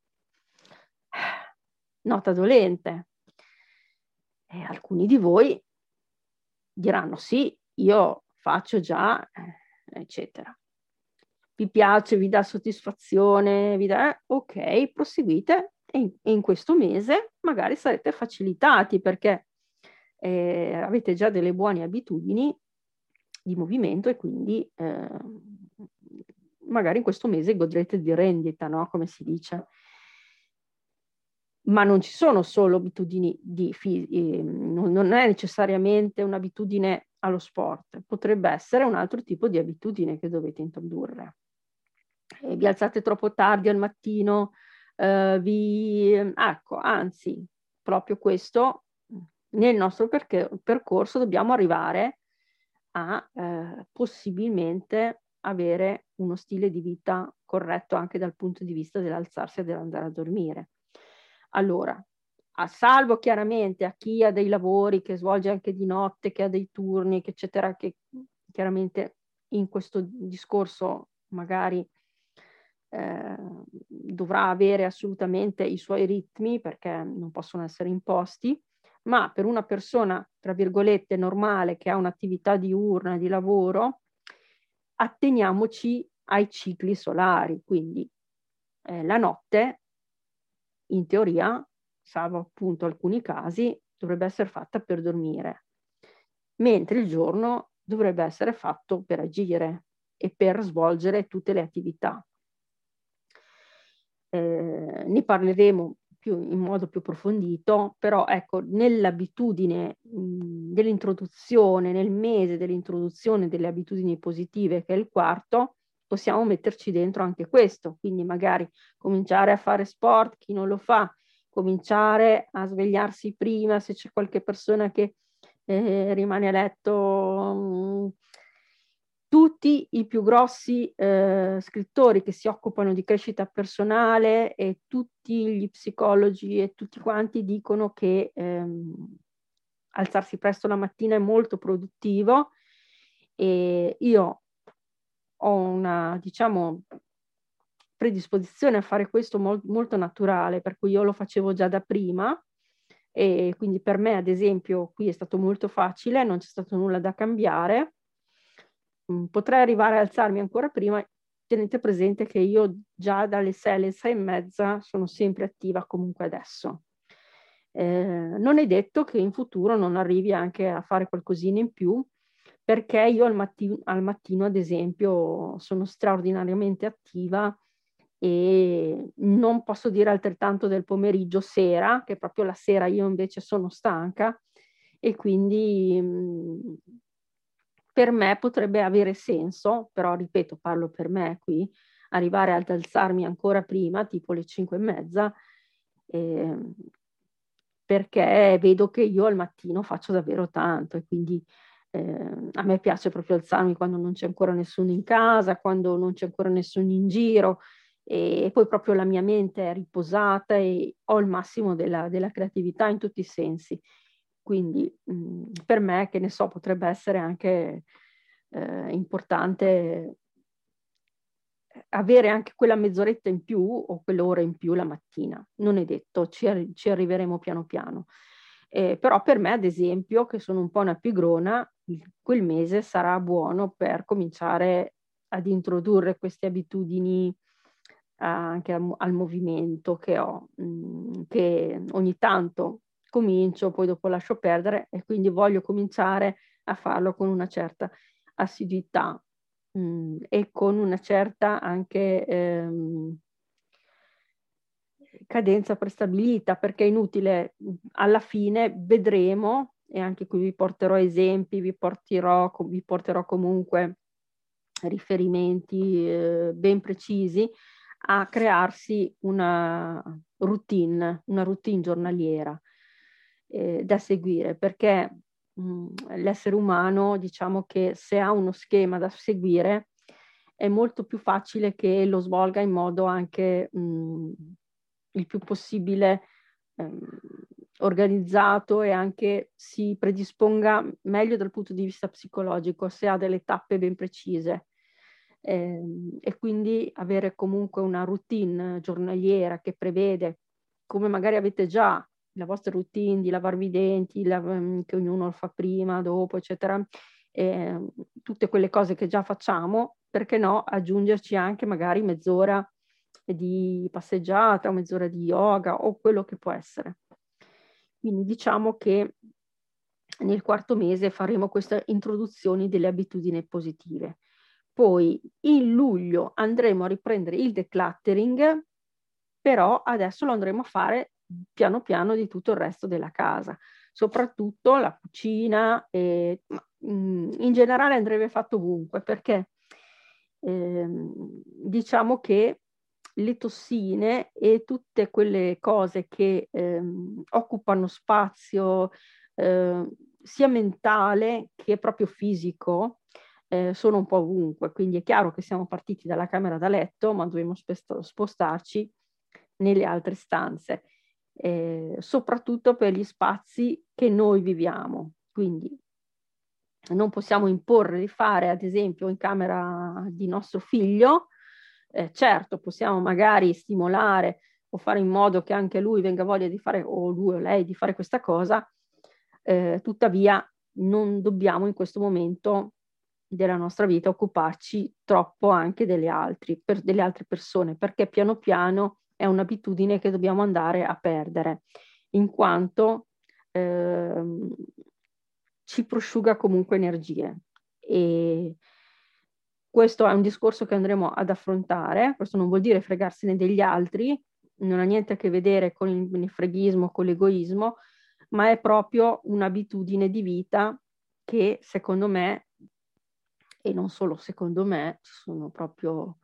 Nota dolente. Alcuni di voi diranno sì, io faccio già, eccetera. Vi piace, vi dà soddisfazione, ok, proseguite e in questo mese magari sarete facilitati perché avete già delle buone abitudini di movimento e quindi magari in questo mese godrete di rendita, no? Come si dice. Ma non ci sono solo abitudini non è necessariamente un'abitudine allo sport, potrebbe essere un altro tipo di abitudine che dovete introdurre. Vi alzate troppo tardi al mattino, ecco, anzi, proprio questo, nel nostro percorso dobbiamo arrivare a possibilmente avere uno stile di vita corretto anche dal punto di vista dell'alzarsi e dell'andare a dormire. Allora, a salvo chiaramente a chi ha dei lavori che svolge anche di notte, che ha dei turni, eccetera, che chiaramente in questo discorso magari dovrà avere assolutamente i suoi ritmi perché non possono essere imposti, ma per una persona, tra virgolette, normale, che ha un'attività diurna di lavoro, atteniamoci ai cicli solari, quindi la notte, in teoria, salvo appunto alcuni casi, dovrebbe essere fatta per dormire, mentre il giorno dovrebbe essere fatto per agire e per svolgere tutte le attività. Ne parleremo in modo più approfondito, però ecco, nell'abitudine dell'introduzione, nel mese dell'introduzione delle abitudini positive, che è il quarto, possiamo metterci dentro anche questo, quindi magari cominciare a fare sport, chi non lo fa, cominciare a svegliarsi prima, se c'è qualche persona che rimane a letto. Tutti i più grossi scrittori che si occupano di crescita personale e tutti gli psicologi e tutti quanti dicono che alzarsi presto la mattina è molto produttivo, e io ho una, diciamo, predisposizione a fare questo molto naturale, per cui io lo facevo già da prima, e quindi per me, ad esempio, qui è stato molto facile, non c'è stato nulla da cambiare. Potrei arrivare a alzarmi ancora prima. Tenete presente che io già dalle 6 alle 6 e mezza sono sempre attiva comunque adesso. Non è detto che in futuro non arrivi anche a fare qualcosina in più, perché io al mattino, ad esempio, sono straordinariamente attiva, e non posso dire altrettanto del pomeriggio, sera, che proprio la sera io invece sono stanca, e quindi per me potrebbe avere senso, però ripeto, parlo per me qui, arrivare ad alzarmi ancora prima, tipo le 5 e mezza, perché vedo che io al mattino faccio davvero tanto, e quindi a me piace proprio alzarmi quando non c'è ancora nessuno in casa, quando non c'è ancora nessuno in giro, e poi proprio la mia mente è riposata e ho il massimo della creatività in tutti i sensi. Quindi per me, che ne so, potrebbe essere anche importante avere anche quella mezz'oretta in più o quell'ora in più la mattina. Non è detto, ci arriveremo piano piano. Però per me, ad esempio, che sono un po' una pigrona, quel mese sarà buono per cominciare ad introdurre queste abitudini anche al movimento che ho, che ogni tanto comincio, poi dopo lascio perdere, e quindi voglio cominciare a farlo con una certa assiduità e con una certa anche cadenza prestabilita, perché è inutile, alla fine vedremo, e anche qui vi porterò esempi, vi porterò comunque riferimenti ben precisi, a crearsi una routine giornaliera da seguire, perché l'essere umano, diciamo che se ha uno schema da seguire, è molto più facile che lo svolga in modo anche il più possibile organizzato, e anche si predisponga meglio dal punto di vista psicologico se ha delle tappe ben precise. E quindi avere comunque una routine giornaliera che prevede, come magari avete già la vostra routine di lavarvi i denti, che ognuno lo fa prima, dopo, eccetera, tutte quelle cose che già facciamo, perché no, aggiungerci anche magari mezz'ora di passeggiata o mezz'ora di yoga o quello che può essere. Quindi diciamo che nel quarto mese faremo queste introduzioni delle abitudini positive. Poi in luglio andremo a riprendere il decluttering, però adesso lo andremo a fare piano piano di tutto il resto della casa, soprattutto la cucina, in generale andrebbe fatto ovunque, perché diciamo che le tossine e tutte quelle cose che occupano spazio sia mentale che proprio fisico, sono un po' ovunque. Quindi è chiaro che siamo partiti dalla camera da letto, ma dobbiamo spostarci nelle altre stanze, soprattutto per gli spazi che noi viviamo. Quindi non possiamo imporre di fare, ad esempio, in camera di nostro figlio. Certo, possiamo magari stimolare o fare in modo che anche lui venga voglia di fare, o lui o lei, di fare questa cosa, tuttavia non dobbiamo in questo momento della nostra vita occuparci troppo anche delle altre persone, perché piano piano è un'abitudine che dobbiamo andare a perdere, in quanto ci prosciuga comunque energie. E questo è un discorso che andremo ad affrontare. Questo non vuol dire fregarsene degli altri, non ha niente a che vedere con il freghismo, con l'egoismo, ma è proprio un'abitudine di vita che secondo me, e non solo secondo me, ci sono proprio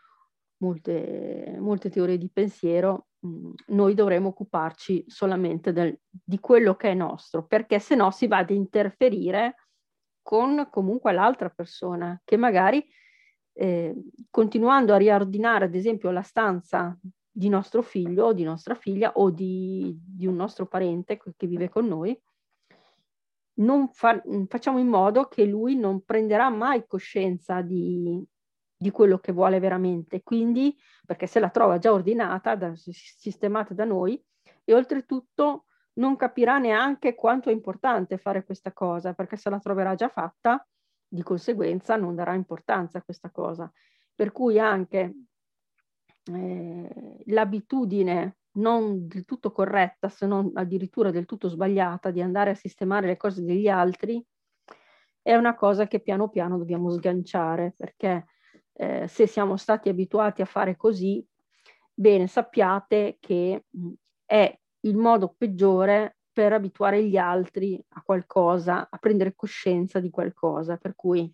molte teorie di pensiero, noi dovremmo occuparci solamente di quello che è nostro, perché se no si va ad interferire con comunque l'altra persona, che magari continuando a riordinare ad esempio la stanza di nostro figlio o di nostra figlia o di un nostro parente che vive con noi, facciamo in modo che lui non prenderà mai coscienza di quello che vuole veramente, quindi perché se la trova già ordinata, sistemata da noi, e oltretutto non capirà neanche quanto è importante fare questa cosa, perché se la troverà già fatta, di conseguenza non darà importanza a questa cosa. Per cui anche l'abitudine non del tutto corretta, se non addirittura del tutto sbagliata, di andare a sistemare le cose degli altri, è una cosa che piano piano dobbiamo sganciare, perché se siamo stati abituati a fare così, bene, sappiate che è il modo peggiore per abituare gli altri a qualcosa, a prendere coscienza di qualcosa, per cui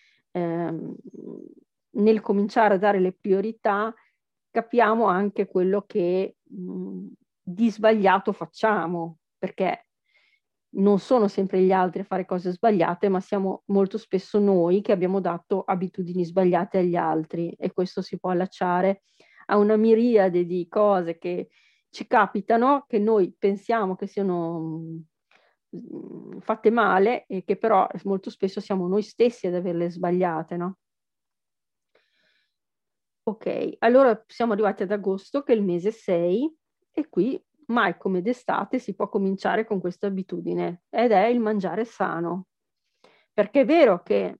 nel cominciare a dare le priorità capiamo anche quello che di sbagliato facciamo, perché non sono sempre gli altri a fare cose sbagliate, ma siamo molto spesso noi che abbiamo dato abitudini sbagliate agli altri, e questo si può allacciare a una miriade di cose che ci capitano, che noi pensiamo che siano fatte male e che però molto spesso siamo noi stessi ad averle sbagliate, no? Ok, allora siamo arrivati ad agosto, che è il mese 6, e qui mai come d'estate si può cominciare con questa abitudine, ed è il mangiare sano. Perché è vero che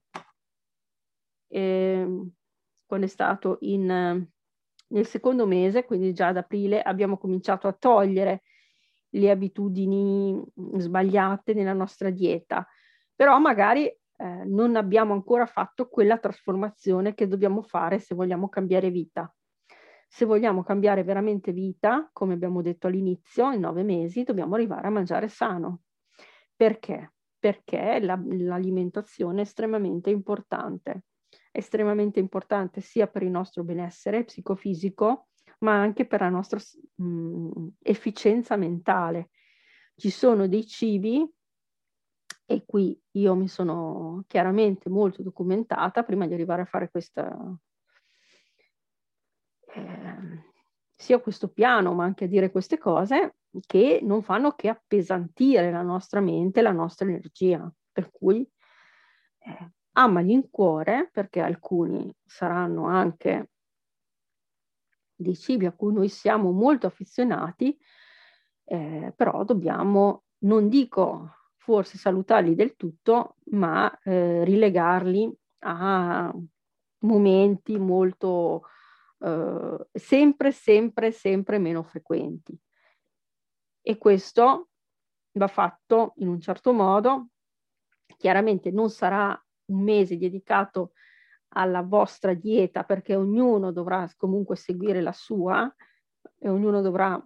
quando è stato nel secondo mese, quindi già ad aprile, abbiamo cominciato a togliere le abitudini sbagliate nella nostra dieta, però magari non abbiamo ancora fatto quella trasformazione che dobbiamo fare se vogliamo cambiare vita. Se vogliamo cambiare veramente vita, come abbiamo detto all'inizio, in 9 mesi dobbiamo arrivare a mangiare sano. Perché? Perché l'alimentazione è estremamente importante sia per il nostro benessere psicofisico, ma anche per la nostra efficienza mentale. Ci sono dei cibi, e qui io mi sono chiaramente molto documentata prima di arrivare a fare sia questo piano, ma anche a dire queste cose, che non fanno che appesantire la nostra mente, la nostra energia. Per cui a malincuore, perché alcuni saranno anche dei cibi a cui noi siamo molto affezionati, però dobbiamo, non dico forse salutarli del tutto, ma rilegarli a momenti molto sempre meno frequenti. E questo va fatto in un certo modo. Chiaramente non sarà un mese dedicato alla vostra dieta, perché ognuno dovrà comunque seguire la sua e ognuno dovrà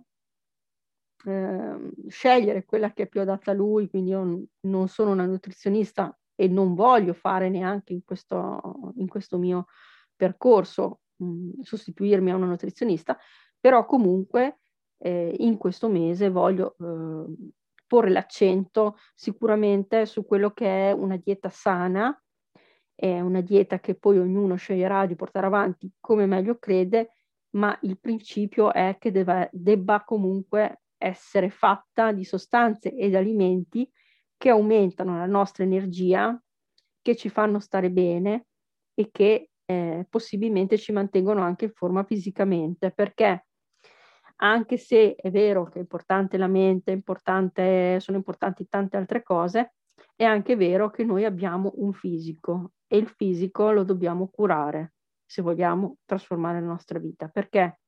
scegliere quella che è più adatta a lui. Quindi io non sono una nutrizionista e non voglio fare neanche in questo mio percorso sostituirmi a una nutrizionista, però comunque in questo mese voglio porre l'accento sicuramente su quello che è una dieta sana, è una dieta che poi ognuno sceglierà di portare avanti come meglio crede, ma il principio è che debba comunque essere fatta di sostanze ed alimenti che aumentano la nostra energia, che ci fanno stare bene e che possibilmente ci mantengono anche in forma fisicamente, perché anche se è vero che è importante la mente, sono importanti tante altre cose, è anche vero che noi abbiamo un fisico e il fisico lo dobbiamo curare se vogliamo trasformare la nostra vita, perché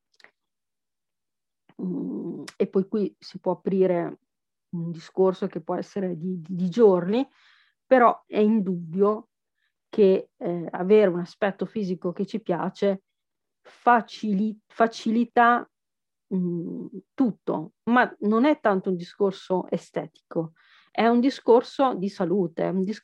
e poi qui si può aprire un discorso che può essere di giorni, però è indubbio che avere un aspetto fisico che ci piace facilita tutto, ma non è tanto un discorso estetico, è un discorso di salute,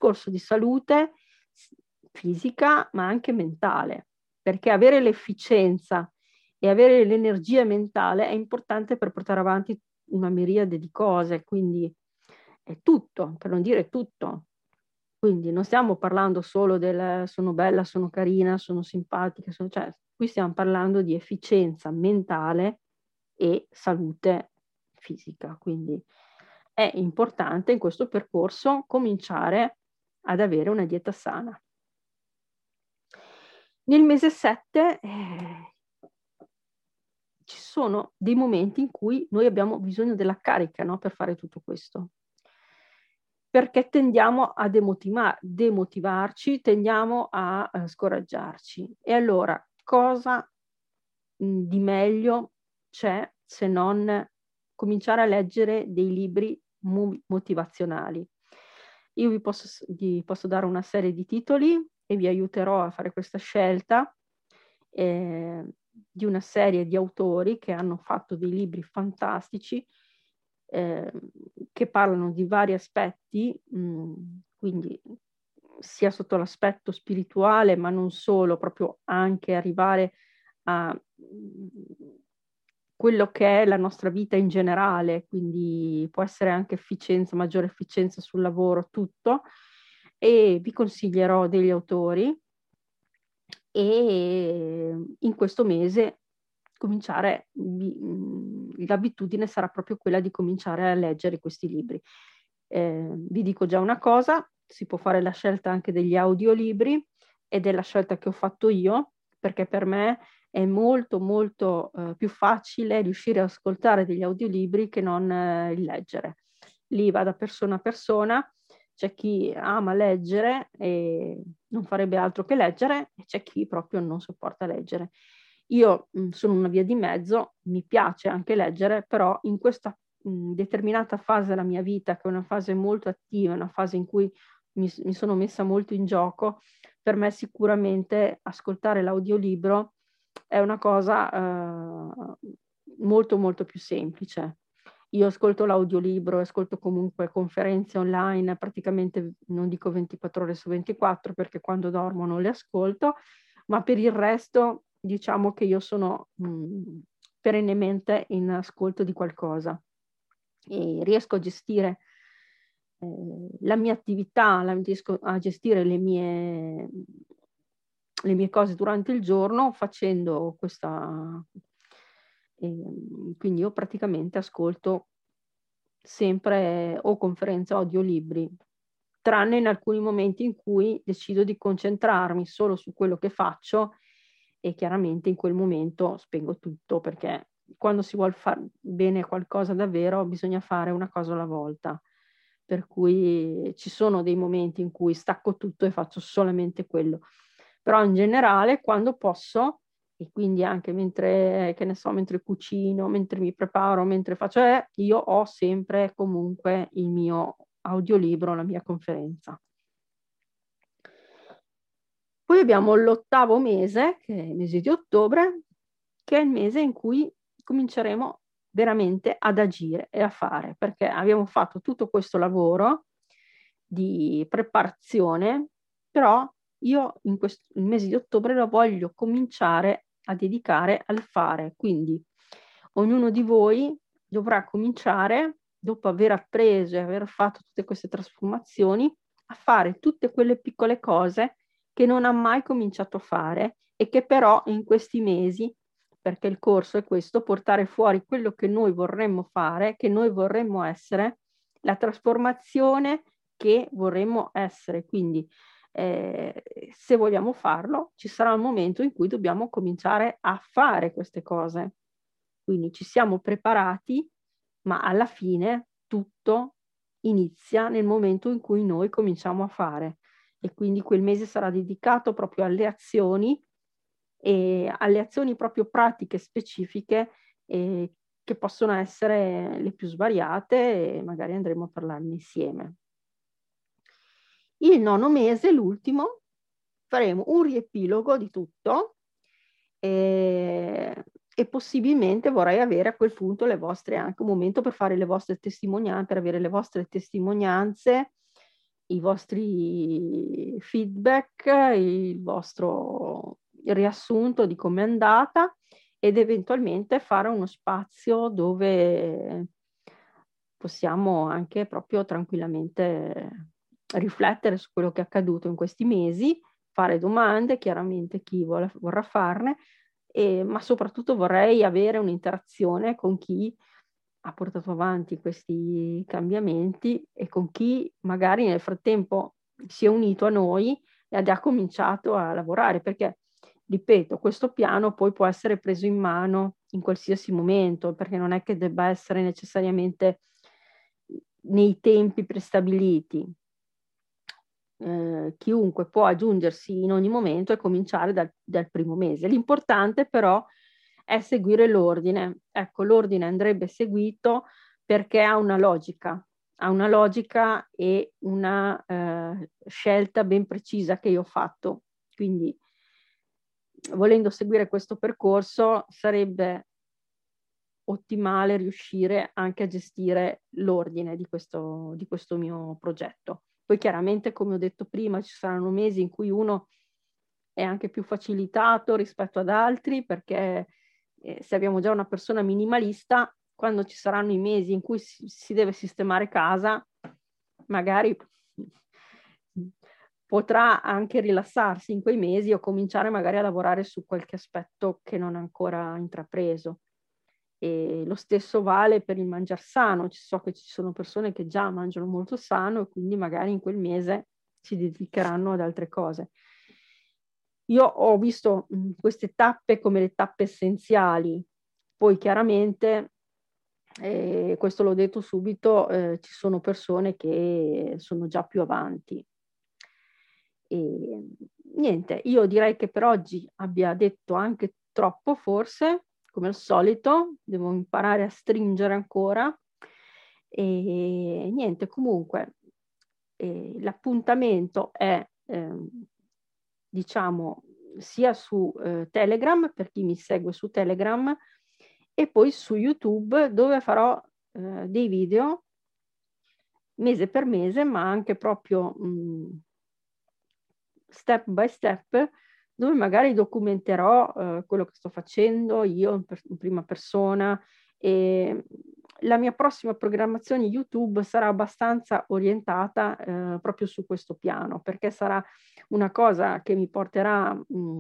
fisica, ma anche mentale, perché avere l'efficienza e avere l'energia mentale è importante per portare avanti una miriade di cose, quindi è tutto, per non dire tutto. Quindi non stiamo parlando solo del sono bella, sono carina, sono simpatica, cioè, qui stiamo parlando di efficienza mentale e salute fisica. Quindi è importante in questo percorso cominciare ad avere una dieta sana. Nel mese 7 ci sono dei momenti in cui noi abbiamo bisogno della carica, no, per fare tutto questo. Perché tendiamo a demotivarci, tendiamo a scoraggiarci. E allora, cosa di meglio c'è se non cominciare a leggere dei libri motivazionali? Io vi posso dare una serie di titoli e vi aiuterò a fare questa scelta di una serie di autori che hanno fatto dei libri fantastici che parlano di vari aspetti, quindi sia sotto l'aspetto spirituale, ma non solo, proprio anche arrivare a quello che è la nostra vita in generale, quindi può essere anche efficienza, maggiore efficienza sul lavoro, tutto. E vi consiglierò degli autori e in questo mese l'abitudine sarà proprio quella di cominciare a leggere questi libri. Vi dico già una cosa, si può fare la scelta anche degli audiolibri ed è la scelta che ho fatto io, perché per me è molto molto più facile riuscire ad ascoltare degli audiolibri che non il leggere. Lì va da persona a persona, c'è chi ama leggere e non farebbe altro che leggere e c'è chi proprio non sopporta leggere. Io sono una via di mezzo, mi piace anche leggere, però in questa determinata fase della mia vita, che è una fase molto attiva, una fase in cui mi sono messa molto in gioco, per me sicuramente ascoltare l'audiolibro è una cosa molto molto più semplice. Io ascolto l'audiolibro, ascolto comunque conferenze online, praticamente non dico 24 ore su 24 perché quando dormo non le ascolto, ma per il resto diciamo che io sono perennemente in ascolto di qualcosa e riesco a gestire la mia attività, riesco a gestire le mie cose durante il giorno facendo questa. Quindi io praticamente ascolto sempre o conferenze o audiolibri, tranne in alcuni momenti in cui decido di concentrarmi solo su quello che faccio e chiaramente in quel momento spengo tutto perché quando si vuole fare bene qualcosa davvero bisogna fare una cosa alla volta. Per cui ci sono dei momenti in cui stacco tutto e faccio solamente quello. Però in generale quando posso e quindi anche mentre, che ne so, mentre cucino, mentre mi preparo, mentre faccio, io ho sempre comunque il mio audiolibro, la mia conferenza. Poi abbiamo l'8° mese, che è il mese di ottobre, che è il mese in cui cominceremo veramente ad agire e a fare, perché abbiamo fatto tutto questo lavoro di preparazione, però io il mese di ottobre lo voglio cominciare a dedicare al fare, quindi ognuno di voi dovrà cominciare, dopo aver appreso e aver fatto tutte queste trasformazioni, a fare tutte quelle piccole cose che non ha mai cominciato a fare e che però in questi mesi, perché il corso è questo, portare fuori quello che noi vorremmo fare, che noi vorremmo essere, la trasformazione che vorremmo essere. Quindi se vogliamo farlo, ci sarà un momento in cui dobbiamo cominciare a fare queste cose. Quindi ci siamo preparati, ma alla fine tutto inizia nel momento in cui noi cominciamo a fare, e quindi quel mese sarà dedicato proprio alle azioni, e alle azioni proprio pratiche, specifiche, che possono essere le più svariate, e magari andremo a parlarne insieme. Il 9° mese, l'ultimo, faremo un riepilogo di tutto, e possibilmente vorrei avere a quel punto le vostre, anche un momento per fare le vostre testimonianze, per avere le vostre testimonianze, i vostri feedback, il vostro riassunto di come è andata, ed eventualmente fare uno spazio dove possiamo anche proprio tranquillamente riflettere su quello che è accaduto in questi mesi, fare domande, chiaramente chi vorrà farne, ma soprattutto vorrei avere un'interazione con chi ha portato avanti questi cambiamenti e con chi magari nel frattempo si è unito a noi e ha cominciato a lavorare, perché, ripeto, questo piano poi può essere preso in mano in qualsiasi momento, perché non è che debba essere necessariamente nei tempi prestabiliti. Chiunque può aggiungersi in ogni momento e cominciare dal primo mese. L'importante però è seguire l'ordine. Ecco, l'ordine andrebbe seguito perché ha una logica e una scelta ben precisa che io ho fatto. Quindi, volendo seguire questo percorso, sarebbe ottimale riuscire anche a gestire l'ordine di questo mio progetto. Poi chiaramente, come ho detto prima, ci saranno mesi in cui uno è anche più facilitato rispetto ad altri, perché se abbiamo già una persona minimalista, quando ci saranno i mesi in cui si deve sistemare casa, magari potrà anche rilassarsi in quei mesi o cominciare magari a lavorare su qualche aspetto che non ha ancora intrapreso. E lo stesso vale per il mangiar sano. So che ci sono persone che già mangiano molto sano e quindi magari in quel mese si dedicheranno ad altre cose. Io ho visto queste tappe come le tappe essenziali, poi chiaramente, questo l'ho detto subito, ci sono persone che sono già più avanti. E niente, io direi che per oggi abbia detto anche troppo, forse, come al solito, devo imparare a stringere ancora. E niente, comunque, l'appuntamento è, diciamo, sia su Telegram, per chi mi segue su Telegram, e poi su YouTube, dove farò dei video mese per mese, ma anche proprio step by step, dove magari documenterò quello che sto facendo io in prima persona, e la mia prossima programmazione YouTube sarà abbastanza orientata proprio su questo piano, perché sarà una cosa che mi porterà,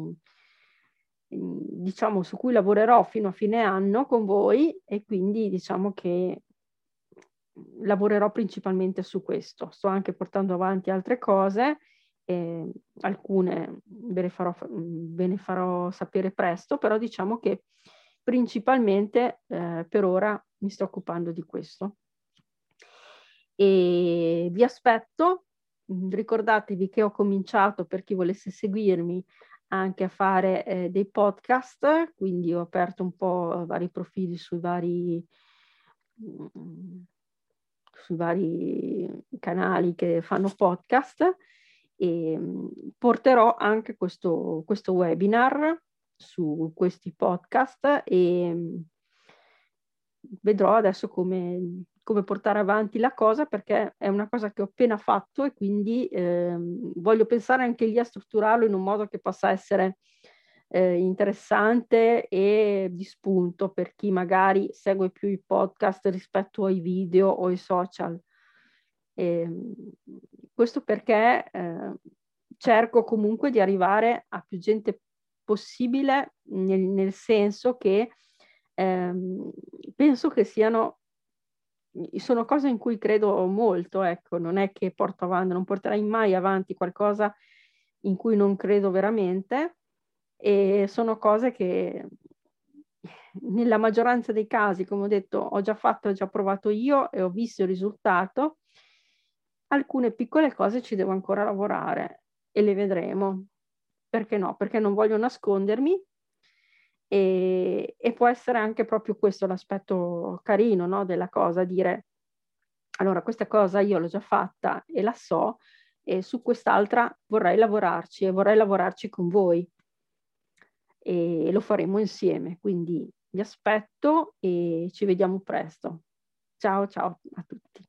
diciamo, su cui lavorerò fino a fine anno con voi, e quindi diciamo che lavorerò principalmente su questo. Sto anche portando avanti altre cose, alcune ve ne farò sapere presto, però diciamo che principalmente per ora mi sto occupando di questo. E vi aspetto. Ricordatevi che ho cominciato, per chi volesse seguirmi, anche a fare dei podcast, quindi ho aperto un po' vari profili sui vari canali che fanno podcast, e porterò anche questo webinar su questi podcast, e vedrò adesso come portare avanti la cosa, perché è una cosa che ho appena fatto, e quindi voglio pensare anche lì a strutturarlo in un modo che possa essere interessante e di spunto per chi magari segue più i podcast rispetto ai video o ai social. Questo perché cerco comunque di arrivare a più gente possibile, nel senso che penso che sono cose in cui credo molto, ecco, non è che non porterai mai avanti qualcosa in cui non credo veramente, e sono cose che nella maggioranza dei casi, come ho detto, ho già fatto, ho già provato io e ho visto il risultato. Alcune piccole cose ci devo ancora lavorare e le vedremo. Perché no? Perché non voglio nascondermi e può essere anche proprio questo l'aspetto carino, no, della cosa, dire allora questa cosa io l'ho già fatta e la so e su quest'altra vorrei lavorarci e vorrei lavorarci con voi e lo faremo insieme. Quindi vi aspetto e ci vediamo presto. Ciao ciao a tutti.